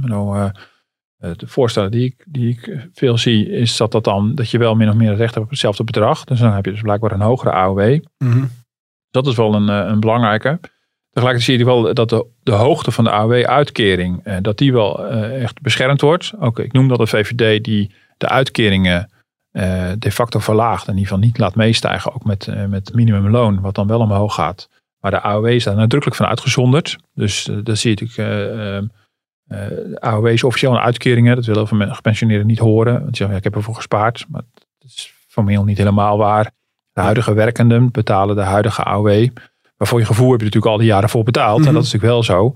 De voorstellen die ik veel zie, is dat je wel min of meer het recht hebt op hetzelfde bedrag. Dus dan heb je dus blijkbaar een hogere AOW. Dat is wel een belangrijke. Tegelijkertijd zie je wel dat de hoogte van de AOW-uitkering, dat die wel echt beschermd wordt. Ook, ik noem dat de VVD die de uitkeringen de facto verlaagt. En in ieder geval niet laat meestijgen, ook met minimumloon, wat dan wel omhoog gaat. Maar de AOW is daar nadrukkelijk van uitgezonderd. Dus dat zie je natuurlijk. AOW is officieel een uitkering. Dat willen veel gepensioneerden niet horen. Want ze zeggen, ik heb ervoor gespaard. Maar dat is formeel niet helemaal waar. De huidige werkenden betalen de huidige AOW. Maar voor je gevoel heb je natuurlijk al die jaren voor betaald. En dat is natuurlijk wel zo.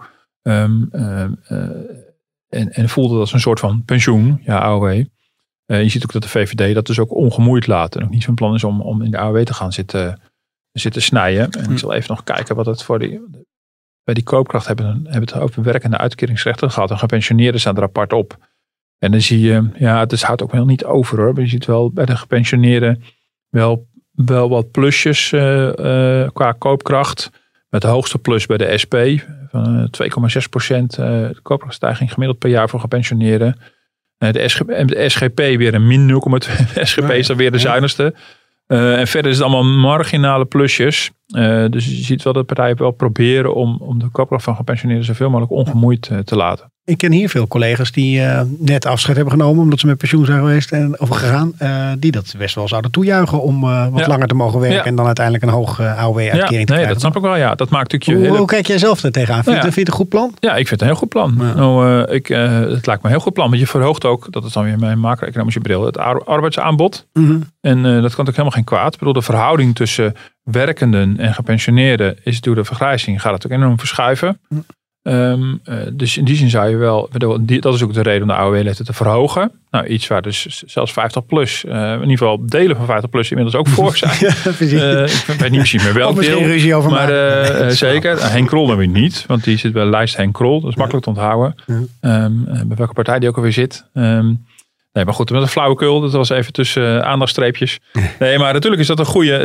En voelde dat als een soort van pensioen. Ja, AOW. Je ziet ook dat de VVD dat dus ook ongemoeid laat. En ook niet van plan is om in de AOW te gaan zitten snijden. En ik zal even nog kijken wat het bij die koopkracht hebben het over werkende uitkeringsrechten gehad. En gepensioneerden staan er apart op. En dan zie je, het houdt ook wel niet over hoor. Maar je ziet wel bij de gepensioneerden wel wat plusjes qua koopkracht. Met de hoogste plus bij de SP van 2,6%. De koopkrachtstijging gemiddeld per jaar voor gepensioneerden. De SGP weer een min 0,2. SGP is dan weer de zuinigste. En verder is het allemaal marginale plusjes. Dus je ziet wel dat partijen wel proberen om de koopkracht van gepensioneerden zoveel mogelijk ongemoeid te laten. Ik ken hier veel collega's die net afscheid hebben genomen omdat ze met pensioen zijn geweest of gegaan. Die dat best wel zouden toejuichen om wat langer te mogen werken en dan uiteindelijk een hoog AOW-uitkering te krijgen. Dat snap ik wel. Ja, dat maakt natuurlijk hoe kijk jij zelf er tegenaan? Vind je het een goed plan? Ja, ik vind het een heel goed plan. Het lijkt me een heel goed plan. Want je verhoogt ook, dat is dan weer mijn macro-economische bril, het arbeidsaanbod. En dat kan natuurlijk helemaal geen kwaad. Ik bedoel, de verhouding tussen werkenden en gepensioneerden is door de vergrijzing gaat het ook enorm verschuiven. Dus in die zin zou je wel, dat is ook de reden om de AOW-leeftijd te verhogen. Nou, iets waar dus zelfs 50 plus, in ieder geval delen van 50 plus inmiddels ook voor zijn. Ik weet niet misschien meer welk deel. Ruzie over maar zeker. Henk Krol dan weer niet, want die zit bij de lijst Henk Krol. Dat is makkelijk te onthouden. Bij welke partij die ook alweer zit. Nee, maar goed, met een flauwekul. Dat was even tussen aandachtstreepjes. Nee, maar natuurlijk is dat een goede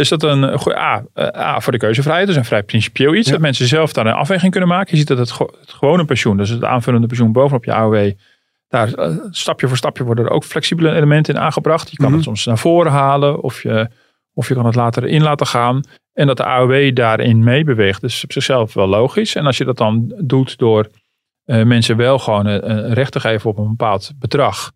voor de keuzevrijheid. Dus een vrij principieel iets. Dat mensen zelf daar een afweging kunnen maken. Je ziet dat het gewone pensioen, dus het aanvullende pensioen bovenop je AOW. Daar stapje voor stapje worden er ook flexibele elementen in aangebracht. Je kan het soms naar voren halen. Of je kan het later in laten gaan. En dat de AOW daarin meebeweegt. Dus op zichzelf wel logisch. En als je dat dan doet door mensen wel gewoon recht te geven op een bepaald bedrag.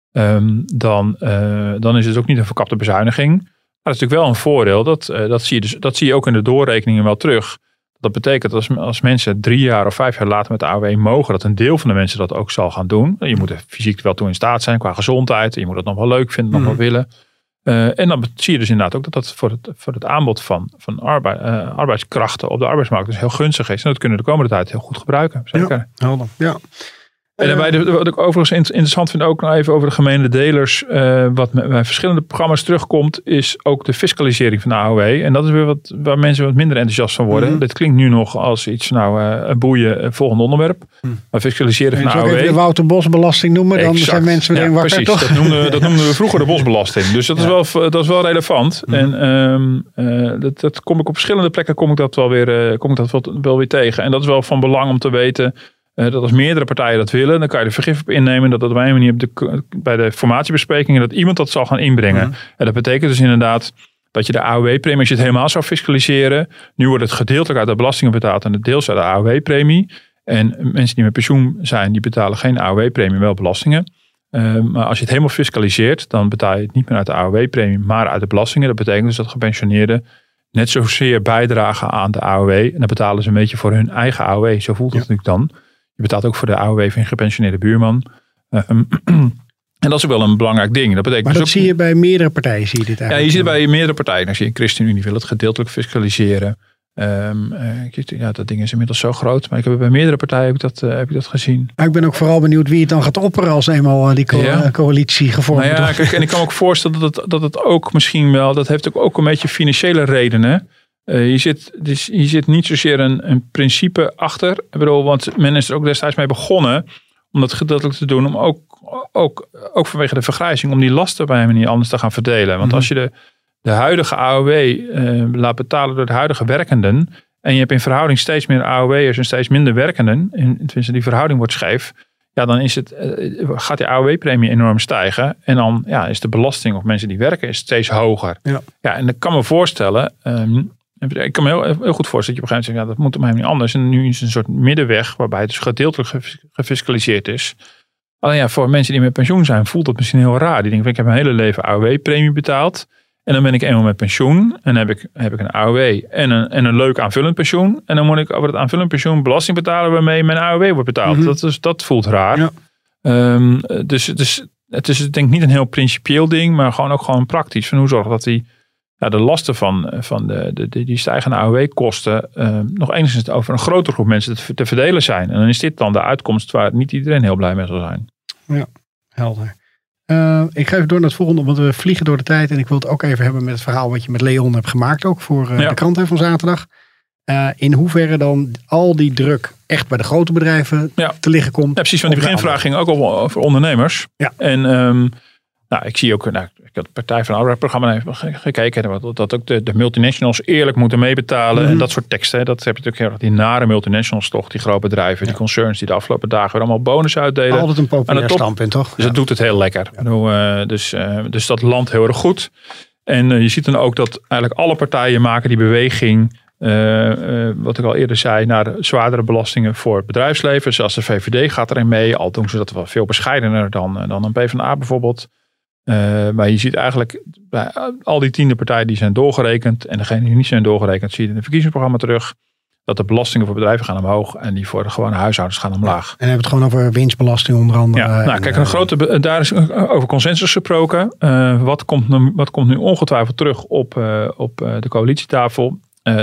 Dan is het ook niet een verkapte bezuiniging. Maar dat is natuurlijk wel een voordeel. Dat zie je ook in de doorrekeningen wel terug. Dat betekent dat als mensen 3 jaar of 5 jaar later met de AOW mogen, dat een deel van de mensen dat ook zal gaan doen. Je moet er fysiek wel toe in staat zijn qua gezondheid. Je moet het nog wel leuk vinden, nog wel willen. En dan zie je dus inderdaad ook dat voor het aanbod van arbeidskrachten op de arbeidsmarkt dus heel gunstig is. En dat kunnen we de komende tijd heel goed gebruiken. Zeker. Ja. En wat ik overigens interessant vind ook nog even over de gemene delers. Wat bij verschillende programma's terugkomt, is ook de fiscalisering van de AOW. En dat is weer waar mensen wat minder enthousiast van worden. Dit klinkt nu nog als iets, boeien, volgende onderwerp. Maar fiscaliseren van de AOW. Even de Wouter Bosbelasting noemen, dan zijn mensen meteen wakker, precies, toch? Dat noemden we vroeger de bosbelasting. Dus dat is wel relevant. En dat kom ik op verschillende plekken kom ik dat wel weer tegen. En dat is wel van belang om te weten. Dat als meerdere partijen dat willen, dan kan je er vergif op innemen dat op een manier bij de formatiebesprekingen dat iemand dat zal gaan inbrengen. En dat betekent dus inderdaad dat je de AOW-premie, als je het helemaal zou fiscaliseren, nu wordt het gedeeltelijk uit de belastingen betaald en het deels uit de AOW-premie. En mensen die met pensioen zijn, die betalen geen AOW-premie, wel belastingen. Maar als je het helemaal fiscaliseert, dan betaal je het niet meer uit de AOW-premie, maar uit de belastingen. Dat betekent dus dat gepensioneerden net zozeer bijdragen aan de AOW. En dan betalen ze een beetje voor hun eigen AOW. Zo voelt het natuurlijk dan. Je betaalt ook voor de AOW van je gepensioneerde buurman. En dat is ook wel een belangrijk ding. Dat betekent maar dus dat zie je bij meerdere partijen, zie je dit eigenlijk? Ja, je ziet het bij meerdere partijen. Als je een ChristenUnie wil het gedeeltelijk fiscaliseren. Dat ding is inmiddels zo groot. Maar ik heb bij meerdere partijen heb ik dat gezien. Maar ik ben ook vooral benieuwd wie het dan gaat opperen als eenmaal die coalitie gevormd wordt. Kijk, en ik kan me ook voorstellen dat het ook misschien wel, dat heeft ook een beetje financiële redenen. Je zit niet zozeer een principe achter. Ik bedoel, want men is er ook destijds mee begonnen om dat gedeeltelijk te doen. Om ook vanwege de vergrijzing, om die lasten bij een manier anders te gaan verdelen. Want als je de huidige AOW laat betalen door de huidige werkenden. En je hebt in verhouding steeds meer AOW'ers en steeds minder werkenden. En tenminste die verhouding wordt scheef. Ja, dan gaat die AOW-premie enorm stijgen. En dan is de belasting op mensen die werken is steeds hoger. Ja, en ik kan me voorstellen. Ik kan me heel goed voorstellen dat je op een gegeven moment zegt, dat moet op mij niet anders. En nu is het een soort middenweg waarbij het dus gedeeltelijk gefiscaliseerd is. Alleen voor mensen die met pensioen zijn voelt dat misschien heel raar. Die denken, ik heb mijn hele leven AOW-premie betaald. En dan ben ik eenmaal met pensioen. En dan heb ik een AOW en een leuk aanvullend pensioen. En dan moet ik over het aanvullend pensioen belasting betalen waarmee mijn AOW wordt betaald. Dat voelt raar. Ja. Dus het is denk ik niet een heel principieel ding, maar gewoon praktisch. Van hoe zorgen dat de lasten van die stijgende AOW-kosten nog enigszins over een grotere groep mensen te verdelen zijn. En dan is dit dan de uitkomst waar niet iedereen heel blij mee zal zijn. Ja, helder. Ik ga even door naar het volgende, want we vliegen door de tijd. En ik wil het ook even hebben met het verhaal wat je met Leon hebt gemaakt. Ook voor de krant van zaterdag. In hoeverre dan al die druk echt bij de grote bedrijven te liggen komt. Ja, precies, want die beginvraag ging ook over ondernemers. Ja. En ik zie ook, ik had het Partij van de Arbeid programma even gekeken. Dat ook de multinationals eerlijk moeten meebetalen. En dat soort teksten. Dat heb je natuurlijk heel erg. Die nare multinationals toch. Die grote bedrijven, die concerns die de afgelopen dagen weer allemaal bonus uitdelen. Altijd een populair standpunt, toch? Dus dat doet het heel lekker. Ja. Dus dat landt heel erg goed. En je ziet dan ook dat eigenlijk alle partijen maken die beweging. Wat ik al eerder zei, naar zwaardere belastingen voor het bedrijfsleven. Zoals de VVD gaat erin mee. Al doen ze dat wel veel bescheidener dan een PvdA bijvoorbeeld. Maar je ziet eigenlijk bij al die 10 partijen die zijn doorgerekend. En degenen die niet zijn doorgerekend zie je in het verkiezingsprogramma terug. Dat de belastingen voor bedrijven gaan omhoog. En die voor de gewone huishoudens gaan omlaag. En dan hebben we het gewoon over winstbelasting onder andere. Ja, daar is over consensus gesproken. Wat komt nu ongetwijfeld terug op de coalitietafel?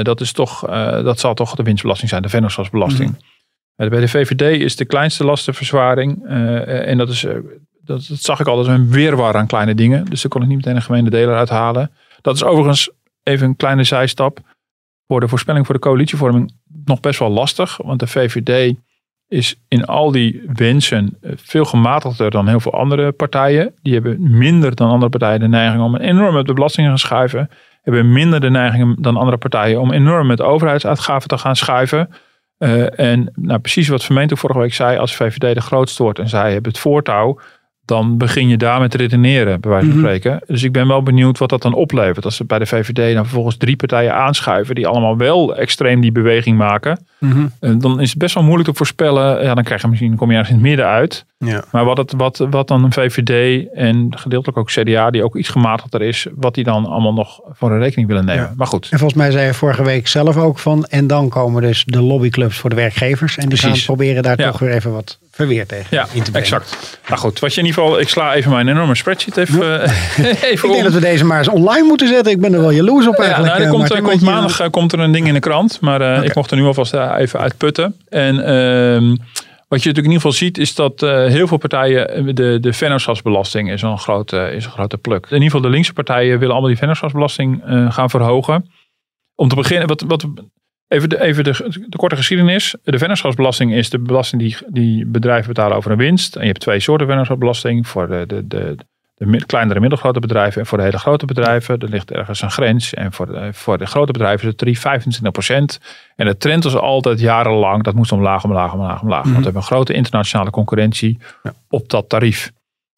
Dat zal toch de winstbelasting zijn. De vennootschapsbelasting. Bij de VVD is de kleinste lastenverzwaring. En dat zag ik al als een wirwar aan kleine dingen. Dus daar kon ik niet meteen een gemene deler uithalen. Dat is overigens even een kleine zijstap. Voor de voorspelling voor de coalitievorming nog best wel lastig. Want de VVD is in al die wensen veel gematigder dan heel veel andere partijen. Die hebben minder dan andere partijen de neiging om enorm met de belastingen te gaan schuiven. Hebben minder de neiging dan andere partijen om enorm met overheidsuitgaven te gaan schuiven. Precies wat Vermeend vorige week zei. Als VVD de grootste wordt en zij hebben het voortouw. dan begin je daarmee te redeneren, bij wijze van spreken. Dus ik ben wel benieuwd wat dat dan oplevert. Als ze bij de VVD dan vervolgens 3 partijen aanschuiven die allemaal wel extreem die beweging maken. Dan is het best wel moeilijk te voorspellen. Ja, dan kom je ergens in het midden uit. Ja. Maar wat dan een VVD en gedeeltelijk ook CDA, die ook iets gematigder is, wat die dan allemaal nog voor een rekening willen nemen. Ja. Maar goed. En volgens mij zei je vorige week zelf ook van, en dan komen dus de lobbyclubs voor de werkgevers. En die gaan proberen daar toch weer even wat verweer tegen in te brengen. Exact. Nou goed, wat je in ieder geval, ik sla even mijn enorme spreadsheet even ik denk dat we deze maar eens online moeten zetten. Ik ben er wel jaloers op eigenlijk. Maandag komt er een ding in de krant. Maar ik mocht er nu alvast even uitputten. En wat je natuurlijk in ieder geval ziet is dat heel veel partijen, de vennootschapsbelasting is een grote pluk. In ieder geval de linkse partijen willen allemaal die vennootschapsbelasting gaan verhogen. Om te beginnen, even de korte geschiedenis. De vennootschapsbelasting is de belasting die bedrijven betalen over een winst. En je hebt 2 soorten vennootschapsbelasting. Voor de kleinere en middelgrote bedrijven en voor de hele grote bedrijven. Er ligt ergens een grens. En voor de grote bedrijven is het 25%. En de trend was altijd jarenlang, dat moest omlaag. Want we hebben een grote internationale concurrentie op dat tarief.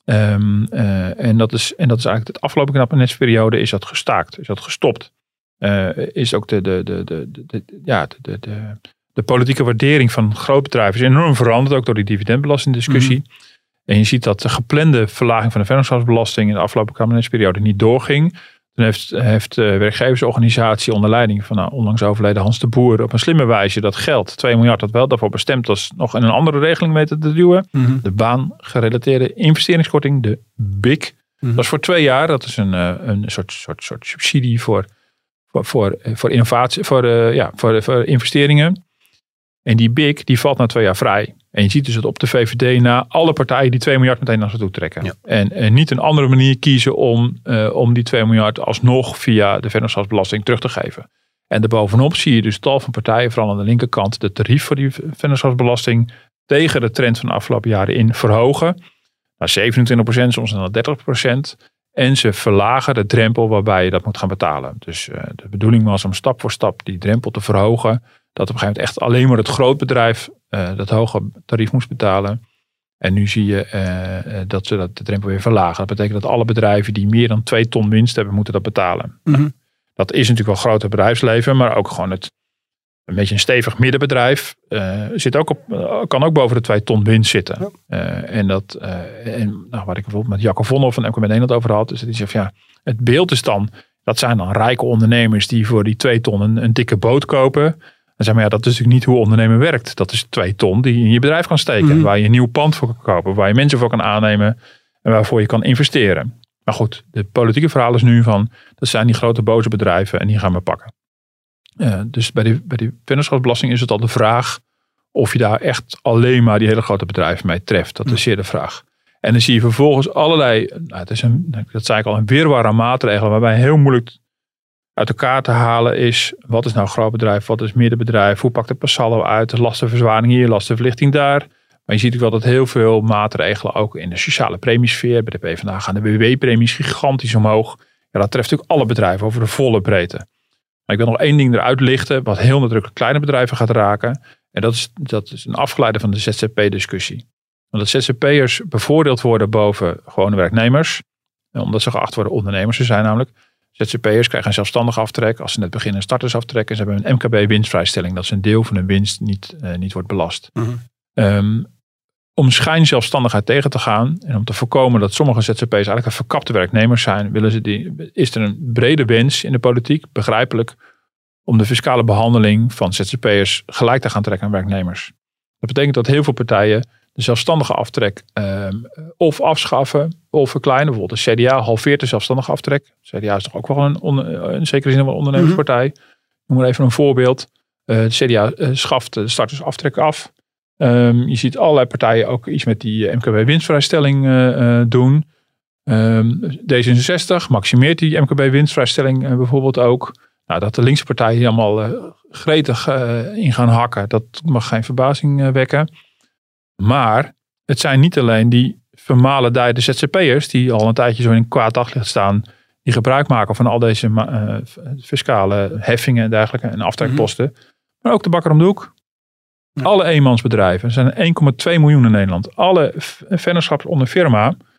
En dat is eigenlijk de afgelopen kabinetsperiode is dat gestaakt. Is dat gestopt. Is ook de politieke waardering van grootbedrijven is enorm veranderd. Ook door die dividendbelastingdiscussie. En je ziet dat de geplande verlaging van de vennootschapsbelasting in de afgelopen kabinetsperiode niet doorging. Toen heeft de werkgeversorganisatie onder leiding van onlangs overleden Hans de Boer op een slimme wijze dat geld, 2 miljard, dat wel daarvoor bestemd was, nog in een andere regeling weten te duwen. De baangerelateerde investeringskorting, de BIC. Dat is voor 2 jaar. Dat is een soort subsidie voor innovatie, voor investeringen. En die BIC die valt na 2 jaar vrij. En je ziet dus dat op de VVD na alle partijen die 2 miljard meteen naar ze toe trekken. Ja. En niet een andere manier kiezen om die 2 miljard alsnog via de vennootschapsbelasting terug te geven. En daarbovenop zie je dus tal van partijen, vooral aan de linkerkant, de tarief voor die vennootschapsbelasting tegen de trend van de afgelopen jaren in verhogen. Naar 27%, soms naar 30%. En ze verlagen de drempel waarbij je dat moet gaan betalen. Dus de bedoeling was om stap voor stap die drempel te verhogen. Dat op een gegeven moment echt alleen maar het grootbedrijf dat hoge tarief moest betalen. En nu zie je dat ze de drempel weer verlagen. Dat betekent dat alle bedrijven die meer dan 2 ton winst hebben, moeten dat betalen. Dat is natuurlijk wel groter bedrijfsleven, maar ook gewoon een beetje een stevig middenbedrijf. Kan ook boven de 2 ton winst zitten. Waar ik bijvoorbeeld met Jacco Vonhoff van MKB Nederland over had. Dus die zegt het beeld is dan, dat zijn dan rijke ondernemers die voor die 2 ton een dikke boot kopen. Dan zeg maar dat is natuurlijk niet hoe ondernemen werkt. Dat is 2 ton die je in je bedrijf kan steken. Waar je een nieuw pand voor kan kopen. Waar je mensen voor kan aannemen. En waarvoor je kan investeren. Maar goed, de politieke verhaal is nu van, dat zijn die grote boze bedrijven en die gaan we pakken. Dus bij die vennootschapsbelasting is het al de vraag of je daar echt alleen maar die hele grote bedrijven mee treft. Dat is zeer de vraag. En dan zie je vervolgens allerlei, dat zei ik al, een wirwar aan maatregelen waarbij heel moeilijk uit elkaar te halen is, wat is nou groot bedrijf, wat is middenbedrijf, hoe pakt het per saldo uit, lastenverzwaring hier, lastenverlichting daar. Maar je ziet ook wel dat heel veel maatregelen ook in de sociale premiesfeer, bij de PvdA gaan de BBW-premies gigantisch omhoog. Ja, dat treft natuurlijk alle bedrijven over de volle breedte. Maar ik wil nog 1 ding eruit lichten, wat heel nadrukkelijk kleine bedrijven gaat raken. En dat is een afgeleide van de ZZP-discussie. Want dat ZZP'ers bevoordeeld worden boven gewone werknemers. Omdat ze geacht worden ondernemers te zijn namelijk. ZZP'ers krijgen een zelfstandig aftrek. Als ze net beginnen een startersaftrek. En ze hebben een MKB-winstvrijstelling. Dat is een deel van hun winst niet wordt belast. Om schijnzelfstandigheid tegen te gaan. En om te voorkomen dat sommige ZZP'ers eigenlijk een verkapte werknemers zijn. Is er een brede wens in de politiek. Begrijpelijk. Om de fiscale behandeling van ZZP'ers gelijk te gaan trekken aan werknemers. Dat betekent dat heel veel partijen de zelfstandige aftrek of afschaffen of verkleinen. Bijvoorbeeld de CDA halveert de zelfstandige aftrek. De CDA is toch ook wel in zekere zin een ondernemerspartij. Noem maar even een voorbeeld. De CDA schaft de startersaftrek af. Je ziet allerlei partijen ook iets met die MKB-winstvrijstelling doen. D66 maximeert die MKB-winstvrijstelling bijvoorbeeld ook. Nou, dat de linkse partijen hier allemaal gretig in gaan hakken, dat mag geen verbazing wekken. Maar het zijn niet alleen die vermalendijde ZZP'ers die al een tijdje zo in een kwaad daglicht staan, die gebruik maken van al deze fiscale heffingen en dergelijke en aftrekposten. Maar ook de bakker om de hoek. Ja. Alle eenmansbedrijven. Er zijn 1,2 miljoen in Nederland. Alle vennootschappen onder firma.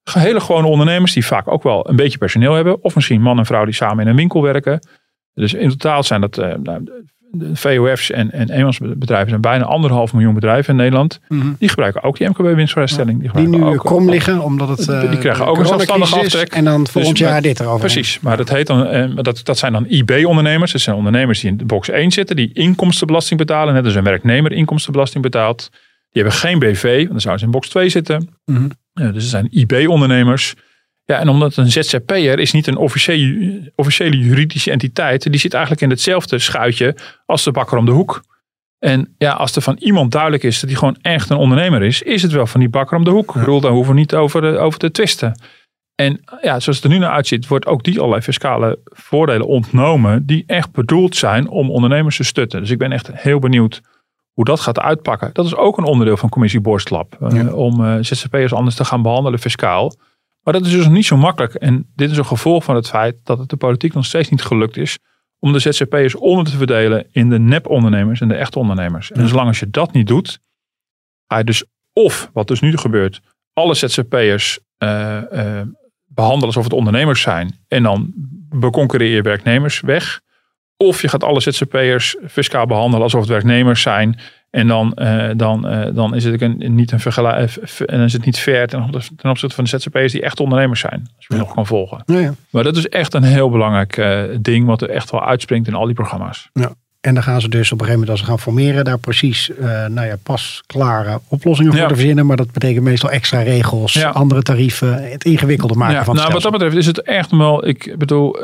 hele gewone ondernemers die vaak ook wel een beetje personeel hebben. Of misschien man en vrouw die samen in een winkel werken. Dus in totaal zijn dat de VOF's en eenmansbedrijven zijn bijna 1,5 miljoen bedrijven in Nederland. Mm-hmm. Die gebruiken ook die MKB-winstvrijstelling. Die nu ook krom liggen, omdat het die krijgen ook een zelfstandig aftrek. En dan volgend jaar dit erover. Precies, maar dat heet dan, dat zijn dan IB-ondernemers. Dat zijn ondernemers die in de box 1 zitten, die inkomstenbelasting betalen. Net als een werknemer inkomstenbelasting betaalt. Die hebben geen BV, want dan zouden ze in box 2 zitten. Mm-hmm. Dus het zijn IB-ondernemers. Ja, en omdat een ZZP'er is niet een officiële juridische entiteit. Die zit eigenlijk in hetzelfde schuitje als de bakker om de hoek. En ja, als er van iemand duidelijk is dat hij gewoon echt een ondernemer is het wel van die bakker om de hoek. Ja. Ik bedoel, daar hoeven we niet over te twisten. En ja, zoals het er nu naar uitziet, wordt ook die allerlei fiscale voordelen ontnomen die echt bedoeld zijn om ondernemers te stutten. Dus ik ben echt heel benieuwd hoe dat gaat uitpakken. Dat is ook een onderdeel van commissie Borstlab. Om ZZP'ers anders te gaan behandelen fiscaal. Maar dat is dus niet zo makkelijk. En dit is een gevolg van het feit dat het de politiek nog steeds niet gelukt is om de ZZP'ers onder te verdelen in de nep-ondernemers en de echte ondernemers. En zolang als je dat niet doet, ga je dus of, wat dus nu gebeurt, alle ZZP'ers behandelen alsof het ondernemers zijn en dan beconcurreer je werknemers weg. Of je gaat alle ZZP'ers fiscaal behandelen alsof het werknemers zijn. En dan is het niet een vergelijking. En dan is het niet fair ten opzichte van de ZZP'ers die echt ondernemers zijn. Als je nog kan volgen. Ja. Maar dat is echt een heel belangrijk ding wat er echt wel uitspringt in al die programma's. Ja. En dan gaan ze dus op een gegeven moment als ze gaan formeren daar precies pasklare oplossingen voor te verzinnen. Maar dat betekent meestal extra regels, andere tarieven, het ingewikkelder maken van het stelsel. Wat dat betreft is het echt wel, ik bedoel,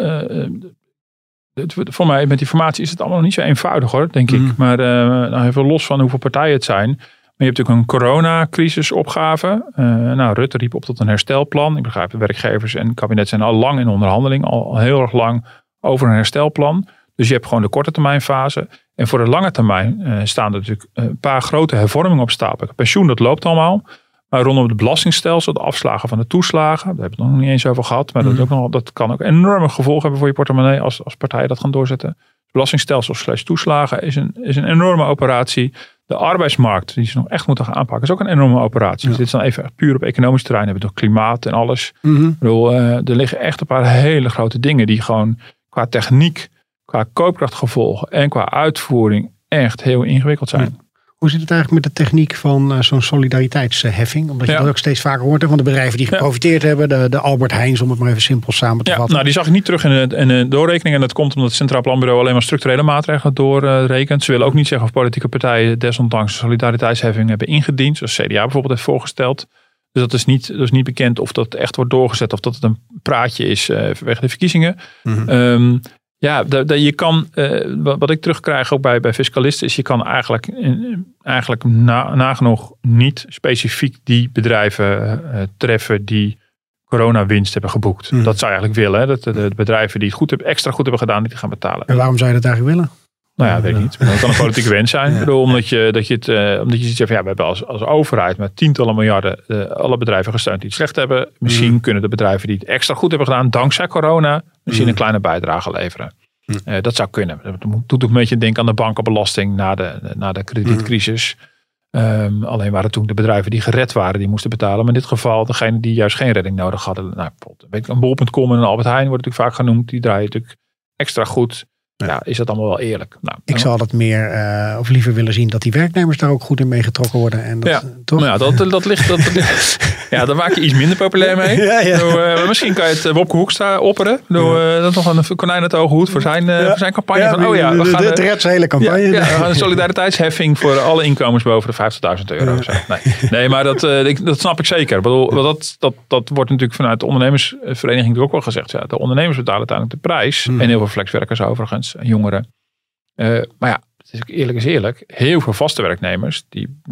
voor mij met die formatie is het allemaal nog niet zo eenvoudig hoor, denk ik. Maar even los van hoeveel partijen het zijn. Maar je hebt natuurlijk een coronacrisisopgave. Rutte riep op tot een herstelplan. Ik begrijp, de werkgevers en het kabinet zijn al lang in onderhandeling. Al heel erg lang over een herstelplan. Dus je hebt gewoon de korte termijn fase. En voor de lange termijn staan er natuurlijk een paar grote hervormingen op stapel. Pensioen, dat loopt allemaal. Maar rondom het belastingstelsel, de afslagen van de toeslagen. Daar hebben we het nog niet eens over gehad. Maar dat kan ook enorme gevolgen hebben voor je portemonnee als partijen dat gaan doorzetten. Het belastingstelsel / toeslagen is een enorme operatie. De arbeidsmarkt, die ze nog echt moeten gaan aanpakken, is ook een enorme operatie. Dus dit is dan even echt puur op economisch terrein. We hebben toch klimaat en alles. Ik bedoel, er liggen echt een paar hele grote dingen die gewoon qua techniek, qua koopkrachtgevolgen en qua uitvoering echt heel ingewikkeld zijn. Hoe zit het eigenlijk met de techniek van zo'n solidariteitsheffing? Omdat je dat ook steeds vaker hoort van de bedrijven die geprofiteerd hebben. De Albert Heijns, om het maar even simpel samen te vatten. Nou, die zag ik niet terug in de doorrekening. En dat komt omdat het Centraal Planbureau alleen maar structurele maatregelen doorrekent. Ze willen ook niet zeggen of politieke partijen desondanks solidariteitsheffing hebben ingediend. Zoals CDA bijvoorbeeld heeft voorgesteld. Dus dat is niet bekend of dat echt wordt doorgezet. Of dat het een praatje is vanwege de verkiezingen. Mm-hmm. Je kan, wat ik terugkrijg ook bij fiscalisten, is je kan eigenlijk nagenoeg niet specifiek die bedrijven treffen die coronawinst hebben geboekt. Dat zou je eigenlijk willen. Hè? Dat de bedrijven die het extra goed hebben gedaan, die gaan betalen. En waarom zou je dat eigenlijk willen? Nou ja, weet ik niet. Dat kan een politieke wens zijn. Ik bedoel, omdat je ziet van we hebben als overheid met tientallen miljarden alle bedrijven gesteund die het slecht hebben. Misschien kunnen de bedrijven die het extra goed hebben gedaan dankzij corona misschien een kleine bijdrage leveren. Dat zou kunnen. Dat doet ook een beetje denken aan de bankenbelasting na de kredietcrisis. Alleen waren toen de bedrijven die gered waren, die moesten betalen. Maar in dit geval degene die juist geen redding nodig hadden. Nou, een bol.com en een Albert Heijn wordt natuurlijk vaak genoemd. Die draaien natuurlijk extra goed. Ja, is dat allemaal wel eerlijk? Ik zou altijd meer of liever willen zien dat die werknemers daar ook goed in meegetrokken worden. En toch? Nou ja, dat ligt. Ja, daar maak je iets minder populair mee. Ja. Misschien kan je het Wopke Hoekstra opperen. Dat nog een konijn uit de ogen hoed voor zijn campagne. We gaan de hele campagne. We gaan een solidariteitsheffing voor alle inkomens boven de €50.000. Nee, maar dat snap ik zeker. Ik bedoel, dat wordt natuurlijk vanuit de ondernemersvereniging ook wel gezegd. Ja, de ondernemers betalen uiteindelijk de prijs. En heel veel flexwerkers overigens. Jongeren. Maar ja, het is ook eerlijk is eerlijk. Heel veel vaste werknemers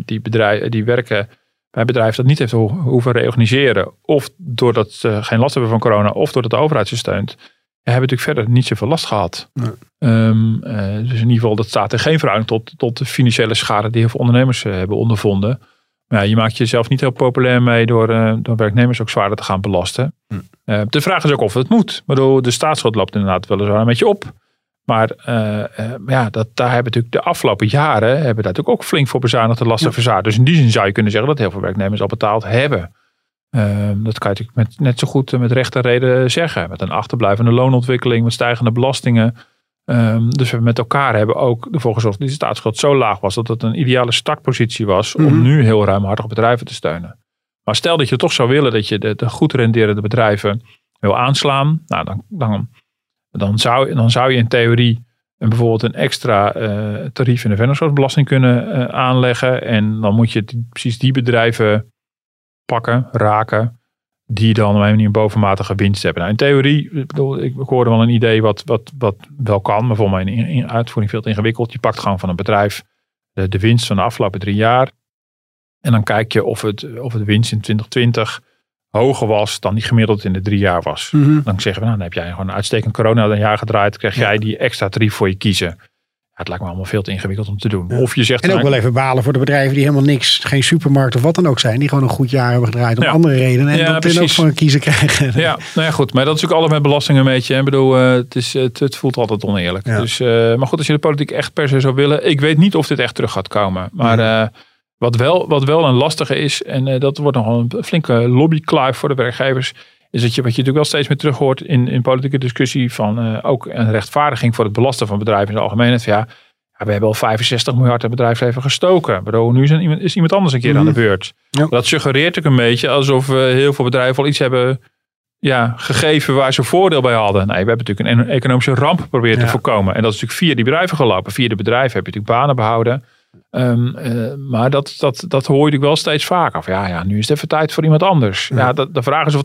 die werken bij bedrijven dat niet heeft hoeven reorganiseren. Of doordat ze geen last hebben van corona. Of doordat de overheid ze steunt. Hebben natuurlijk verder niet zoveel last gehad. Nee. Dus in ieder geval dat staat er geen verhouding tot de financiële schade die heel veel ondernemers hebben ondervonden. Maar ja, je maakt jezelf niet heel populair mee door werknemers ook zwaarder te gaan belasten. De vraag is ook of het moet. Maar de staatsschuld loopt inderdaad weliswaar een beetje op. Maar daar hebben natuurlijk de afgelopen jaren hebben daar natuurlijk ook flink voor bezuinigd de lasten verzadigd. Dus in die zin zou je kunnen zeggen dat heel veel werknemers al betaald hebben. Dat kan je natuurlijk net zo goed met recht en reden zeggen. Met een achterblijvende loonontwikkeling, met stijgende belastingen. Dus we met elkaar hebben ook ervoor gezorgd dat die staatsschuld zo laag was dat het een ideale startpositie was om nu heel ruimhartig bedrijven te steunen. Maar stel dat je toch zou willen dat je de goed renderende bedrijven wil aanslaan. Nou, dan zou je in theorie bijvoorbeeld een extra tarief in de vennootschapsbelasting kunnen aanleggen. En dan moet je precies die bedrijven pakken, raken, die dan op een manier een bovenmatige winst hebben. Nou, in theorie, ik hoorde wel een idee wat wel kan, maar volgens mij in uitvoering veel te ingewikkeld. Je pakt gewoon van een bedrijf de winst van de afgelopen 3 jaar. En dan kijk je of het winst in 2020 hoger was dan die gemiddeld in de 3 jaar was. Mm-hmm. Dan zeggen we, dan heb jij gewoon een uitstekend corona een jaar gedraaid, krijg jij die extra tarief voor je kiezen. Ja, het lijkt me allemaal veel te ingewikkeld om te doen. Ja. Of je zegt, en ook wel even balen voor de bedrijven die helemaal niks, geen supermarkt of wat dan ook zijn, die gewoon een goed jaar hebben gedraaid om andere redenen en dan ook voor een kiezer krijgen. Ja, nou ja, goed. Maar dat is ook allemaal met belastingen een beetje. Ik bedoel, het voelt altijd oneerlijk. Ja. Dus, maar goed, als je de politiek echt per se zou willen, ik weet niet of dit echt terug gaat komen. Maar wat wel een lastige is, en dat wordt nogal een flinke lobbykluif voor de werkgevers, is dat wat je natuurlijk wel steeds meer terug hoort in politieke discussie van ook een rechtvaardiging voor het belasten van bedrijven in de algemeenheid. Ja, we hebben al 65 miljard in bedrijfsleven gestoken. Bedoel, nu is iemand anders een keer aan de beurt. Ja. Dat suggereert ook een beetje alsof heel veel bedrijven al iets hebben gegeven waar ze voordeel bij hadden. Nee, we hebben natuurlijk een economische ramp proberen te voorkomen. En dat is natuurlijk via die bedrijven gelopen. Via de bedrijven heb je natuurlijk banen behouden. Maar dat hoor je natuurlijk wel steeds vaker. Of nu is het even tijd voor iemand anders. Ja, de vraag is of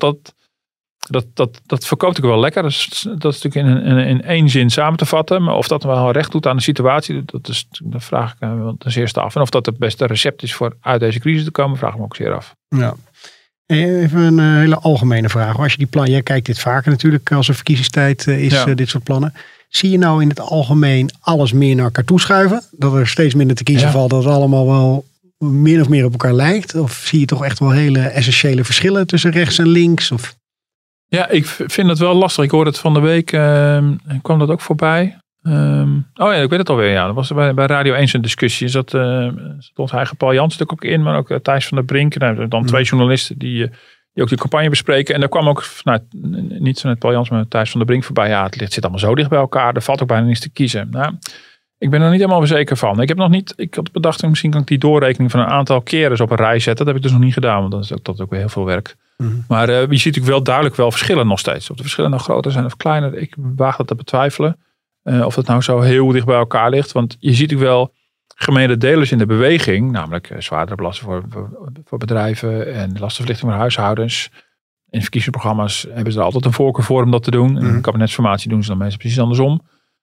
dat verkoopt ook wel lekker. Dat is natuurlijk in 1 zin samen te vatten. Maar of dat wel recht doet aan de situatie, dat vraag ik ten eerste af. En of dat het beste recept is voor uit deze crisis te komen, vraag ik me ook zeer af. Ja. Even een hele algemene vraag. Als je die plan, jij kijkt dit vaker natuurlijk als er verkiezingstijd is, dit soort plannen. Zie je nou in het algemeen alles meer naar elkaar toeschuiven? Dat er steeds minder te kiezen valt, dat het allemaal wel min of meer op elkaar lijkt? Of zie je toch echt wel hele essentiële verschillen tussen rechts en links? Of? Ja, ik vind het wel lastig. Ik hoorde het van de week, kwam dat ook voorbij. Ik weet het alweer. Ja, dat was er bij Radio 1 een discussie. Zat onze eigen Paul Jans natuurlijk ook in, maar ook Thijs van der Brink. En dan 2 journalisten die ook die campagne bespreken. En daar kwam ook niet zo net Paul Jans, maar Thijs van der Brink voorbij. Ja, het zit allemaal zo dicht bij elkaar. Er valt ook bijna niets te kiezen. Nou, ik ben er niet helemaal zeker van. Ik had bedacht, misschien kan ik die doorrekening van een aantal keren eens op een rij zetten. Dat heb ik dus nog niet gedaan, want dat is ook weer heel veel werk. Mm-hmm. Maar je ziet natuurlijk wel duidelijk verschillen nog steeds. Of de verschillen nou groter zijn of kleiner, ik waag dat te betwijfelen. Of het nou zo heel dicht bij elkaar ligt. Want je ziet natuurlijk wel gemene delers in de beweging. Namelijk zwaardere belasting voor bedrijven en lastenverlichting voor huishoudens. In verkiezingsprogramma's hebben ze er altijd een voorkeur voor om dat te doen. Mm-hmm. In de kabinetsformatie doen ze dan meestal precies andersom.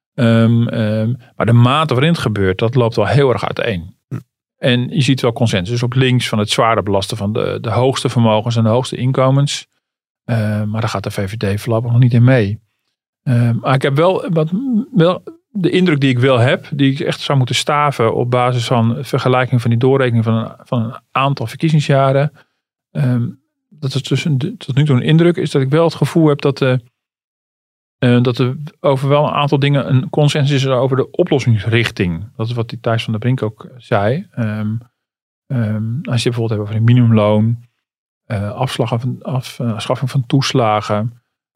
Maar de mate waarin het gebeurt, dat loopt wel heel erg uiteen. En je ziet wel consensus op links van het zwaarder belasten van de hoogste vermogens en de hoogste inkomens. Maar daar gaat de VVD voorlopig nog niet in mee. Maar ik heb wel de indruk die ik wel heb, die ik echt zou moeten staven op basis van vergelijking van die doorrekening van een aantal verkiezingsjaren. Dat is dus tot nu toe een indruk is dat ik wel het gevoel heb dat er over wel een aantal dingen een consensus is over de oplossingsrichting. Dat is wat die Thijs van der Brink ook zei. Als je bijvoorbeeld hebt over een minimumloon, afschaffing van toeslagen,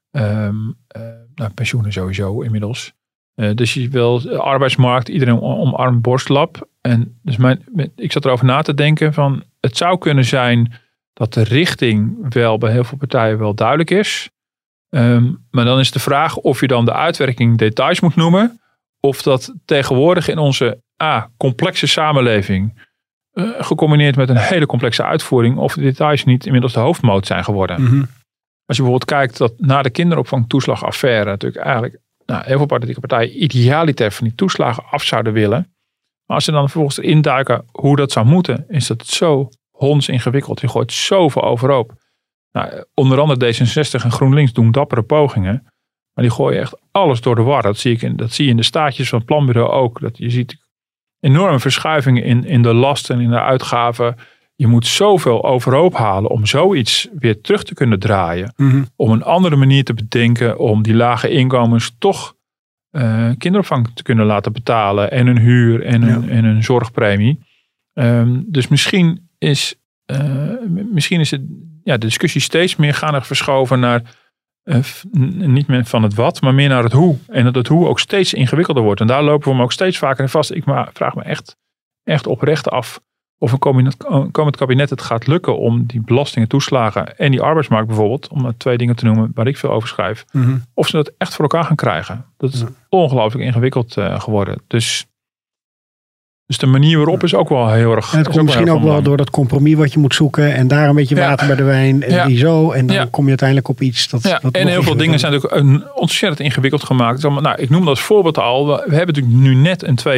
pensioenen sowieso inmiddels. Dus je wil de arbeidsmarkt, iedereen omarmt borstlap. En dus ik zat erover na te denken van, het zou kunnen zijn dat de richting wel bij heel veel partijen wel duidelijk is. Maar dan is de vraag of je dan de uitwerking details moet noemen. Of dat tegenwoordig in onze complexe samenleving, gecombineerd met een hele complexe uitvoering, of de details niet inmiddels de hoofdmoot zijn geworden. Mm-hmm. Als je bijvoorbeeld kijkt dat na de kinderopvangtoeslagaffaire natuurlijk eigenlijk heel veel politieke partijen idealiter van die toeslagen af zouden willen. Maar als ze dan vervolgens erin duiken hoe dat zou moeten, is dat zo honds-ingewikkeld. Je gooit zoveel overhoop. Onder andere D66 en GroenLinks doen dappere pogingen. Maar die gooien echt alles door de war. Dat zie je in de staatjes van het planbureau ook. Dat je ziet enorme verschuivingen in de lasten en in de uitgaven. Je moet zoveel overhoop halen om zoiets weer terug te kunnen draaien. Mm-hmm. Om een andere manier te bedenken om die lage inkomens toch kinderopvang te kunnen laten betalen. En hun huur en hun zorgpremie. Dus misschien is het de discussie steeds meer gaandeweg verschoven naar niet meer van het wat, maar meer naar het hoe. En dat het hoe ook steeds ingewikkelder wordt. En daar lopen we hem ook steeds vaker in vast. Ik vraag me echt oprecht af of een komend kabinet het gaat lukken om die belastingen, toeslagen en die arbeidsmarkt bijvoorbeeld, om 2 dingen te noemen waar ik veel over schrijf, of ze dat echt voor elkaar gaan krijgen. Dat is ongelooflijk ingewikkeld geworden. Dus de manier waarop is ook wel heel erg. En het komt misschien ook wel door dat compromis wat je moet zoeken en daar een beetje water bij de wijn en die zo. En dan kom je uiteindelijk op iets dat. Ja. En heel veel dingen zijn natuurlijk ontzettend ingewikkeld gemaakt. Nou, ik noem dat als voorbeeld al. We hebben natuurlijk nu net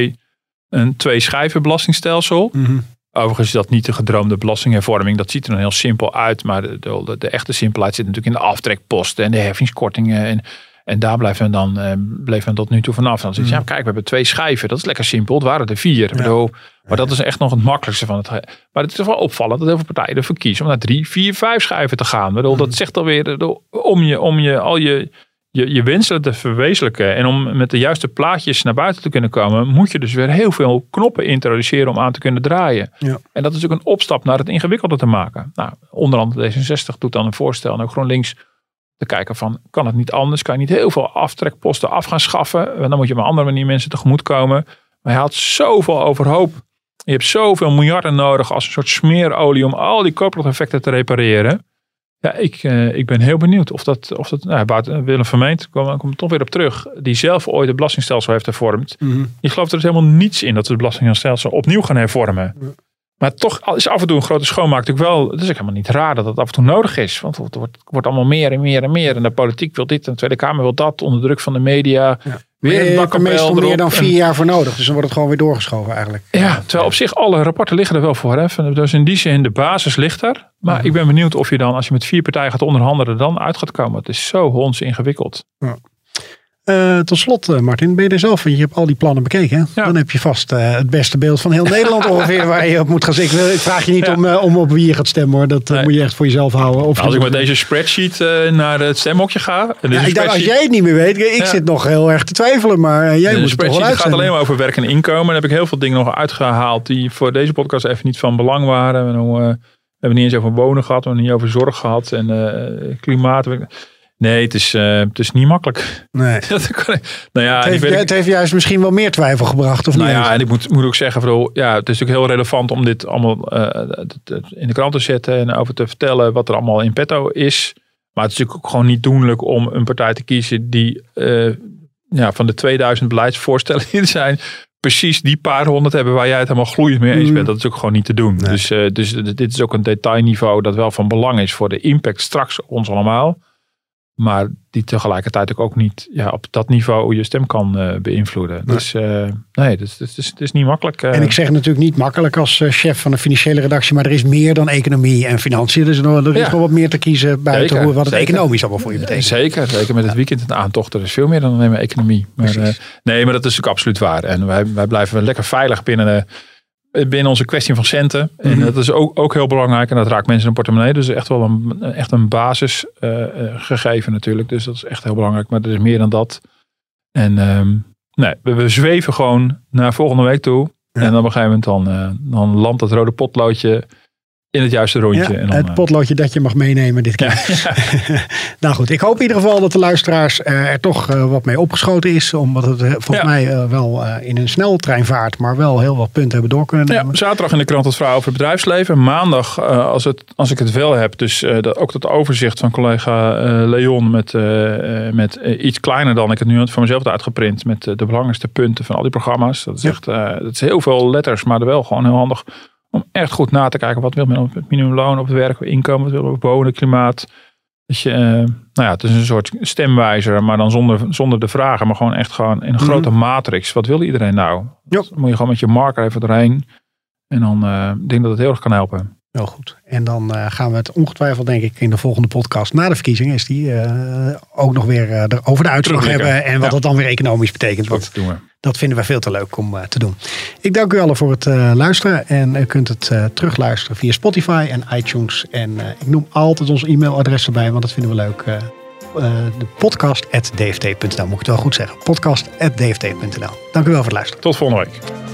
een 2-schijven belastingstelsel. Overigens is dat niet de gedroomde belastinghervorming. Dat ziet er dan heel simpel uit. Maar de echte simpelheid zit natuurlijk in de aftrekposten en de heffingskortingen. En daar bleven we tot nu toe vanaf. Dan zeg je, kijk, we hebben 2 schijven. Dat is lekker simpel. Het waren er 4. Maar dat is echt nog het makkelijkste van het. Maar het is wel opvallend dat heel veel partijen ervoor kiezen om naar 3, 4, 5 schijven te gaan. Dat zegt alweer om al je wensen te verwezenlijken. En om met de juiste plaatjes naar buiten te kunnen komen, moet je dus weer heel veel knoppen introduceren om aan te kunnen draaien. Ja. En dat is ook een opstap naar het ingewikkelder te maken. Nou, onder andere D66 doet dan een voorstel en ook GroenLinks te kijken van, kan het niet anders? Kan je niet heel veel aftrekposten af gaan schaffen? En dan moet je op een andere manier mensen tegemoet komen. Maar je haalt zoveel overhoop. Je hebt zoveel miljarden nodig als een soort smeerolie om al die koopkrachteffecten te repareren. Ja, ik ben heel benieuwd of dat Willem Vermeend, komt toch weer op terug, die zelf ooit het belastingstelsel heeft hervormd. Je gelooft er dus helemaal niets in dat we het belastingstelsel opnieuw gaan hervormen. Maar toch is af en toe een grote schoonmaak natuurlijk wel. Het is ook helemaal niet raar dat dat af en toe nodig is. Want het wordt allemaal meer en meer en meer. En de politiek wil dit en de Tweede Kamer wil dat. Onder druk van de media. Ja. Weer een bakkapel. Meestal meer dan 4 jaar voor nodig. Dus dan wordt het gewoon weer doorgeschoven eigenlijk. Ja, terwijl op zich alle rapporten liggen er wel voor. Hè. Dus in die zin de basis ligt er. Maar ik ben benieuwd of je dan, als je met 4 partijen gaat onderhandelen, dan uit gaat komen. Het is zo honds ingewikkeld. Ja. Tot slot, Martin, ben je er zelf? Je hebt al die plannen bekeken. Ja. Dan heb je vast het beste beeld van heel Nederland ongeveer waar je op moet gaan zitten. Ik vraag je niet om op wie je gaat stemmen hoor. Dat moet je echt voor jezelf houden. Of als ik met deze spreadsheet naar het stemhokje ga. Ik dacht, als jij het niet meer weet. Ik zit nog heel erg te twijfelen. Maar jij moet het toch wel uitzenden. Het gaat alleen maar over werk en inkomen. Dan heb ik heel veel dingen nog uitgehaald die voor deze podcast even niet van belang waren. We hebben niet eens over wonen gehad. We hebben niet over zorg gehad. En klimaat. Nee, het is niet makkelijk. Nee. Het heeft juist misschien wel meer twijfel gebracht, of niet? Ja, en ik moet ook zeggen, het is natuurlijk heel relevant om dit allemaal in de krant te zetten en over te vertellen wat er allemaal in petto is. Maar het is natuurlijk ook gewoon niet doenlijk om een partij te kiezen die van de 2000 beleidsvoorstellen die er zijn, precies die paar honderd hebben waar jij het helemaal gloeiend mee eens bent. Dat is ook gewoon niet te doen. Nee. Dus dit is ook een detailniveau dat wel van belang is voor de impact straks op ons allemaal. Maar die tegelijkertijd ook niet op dat niveau je stem kan beïnvloeden. Nee. Dus het is niet makkelijk. En ik zeg natuurlijk niet makkelijk als chef van een financiële redactie. Maar er is meer dan economie en financiën. Dus er is wel wat meer te kiezen buiten wat het economisch allemaal voor je betekent. Zeker met het weekend en de aantocht. Er is veel meer dan alleen maar economie. Maar dat is natuurlijk absoluut waar. En wij blijven lekker veilig binnen onze kwestie van centen. En dat is ook heel belangrijk. En dat raakt mensen in de portemonnee. Dus echt wel een basis gegeven natuurlijk. Dus dat is echt heel belangrijk. Maar er is meer dan dat. En we zweven gewoon naar volgende week toe. Ja. En op een gegeven moment dan landt dat rode potloodje in het juiste rondje. Ja, en dan, het potloodje dat je mag meenemen dit keer. Ja. Nou goed, ik hoop in ieder geval dat de luisteraars er toch wat mee opgeschoten is. Omdat het volgens mij wel in een sneltreinvaart, maar wel heel wat punten hebben door kunnen nemen. Ja, zaterdag in de krant het verhaal over het bedrijfsleven. Maandag, als ik het wel heb, dus ook dat overzicht van collega Leon met iets kleiner dan ik het nu van mezelf heb uitgeprint. Met de belangrijkste punten van al die programma's. Dat is echt dat is heel veel letters, maar wel gewoon heel handig. Om echt goed na te kijken, wat wil men op het minimumloon, op het werk, inkomen, wat wil men op wonen, klimaat. Dat je, het is een soort stemwijzer, maar dan zonder de vragen, maar gewoon in een grote matrix. Wat wil iedereen nou? Dan moet je gewoon met je marker even doorheen. En dan denk ik dat het heel erg kan helpen. Heel goed. En dan gaan we het ongetwijfeld, denk ik, in de volgende podcast na de verkiezingen is die ook nog weer over de uitslag hebben. En wat dat dan weer economisch betekent. Dat vinden we veel te leuk om te doen. Ik dank u allen voor het luisteren. En u kunt het terugluisteren via Spotify en iTunes. En ik noem altijd ons e-mailadres erbij, want dat vinden we leuk. De podcast@dft.nl. Moet ik het wel goed zeggen. Podcast@dft.nl. Dank u wel voor het luisteren. Tot volgende week.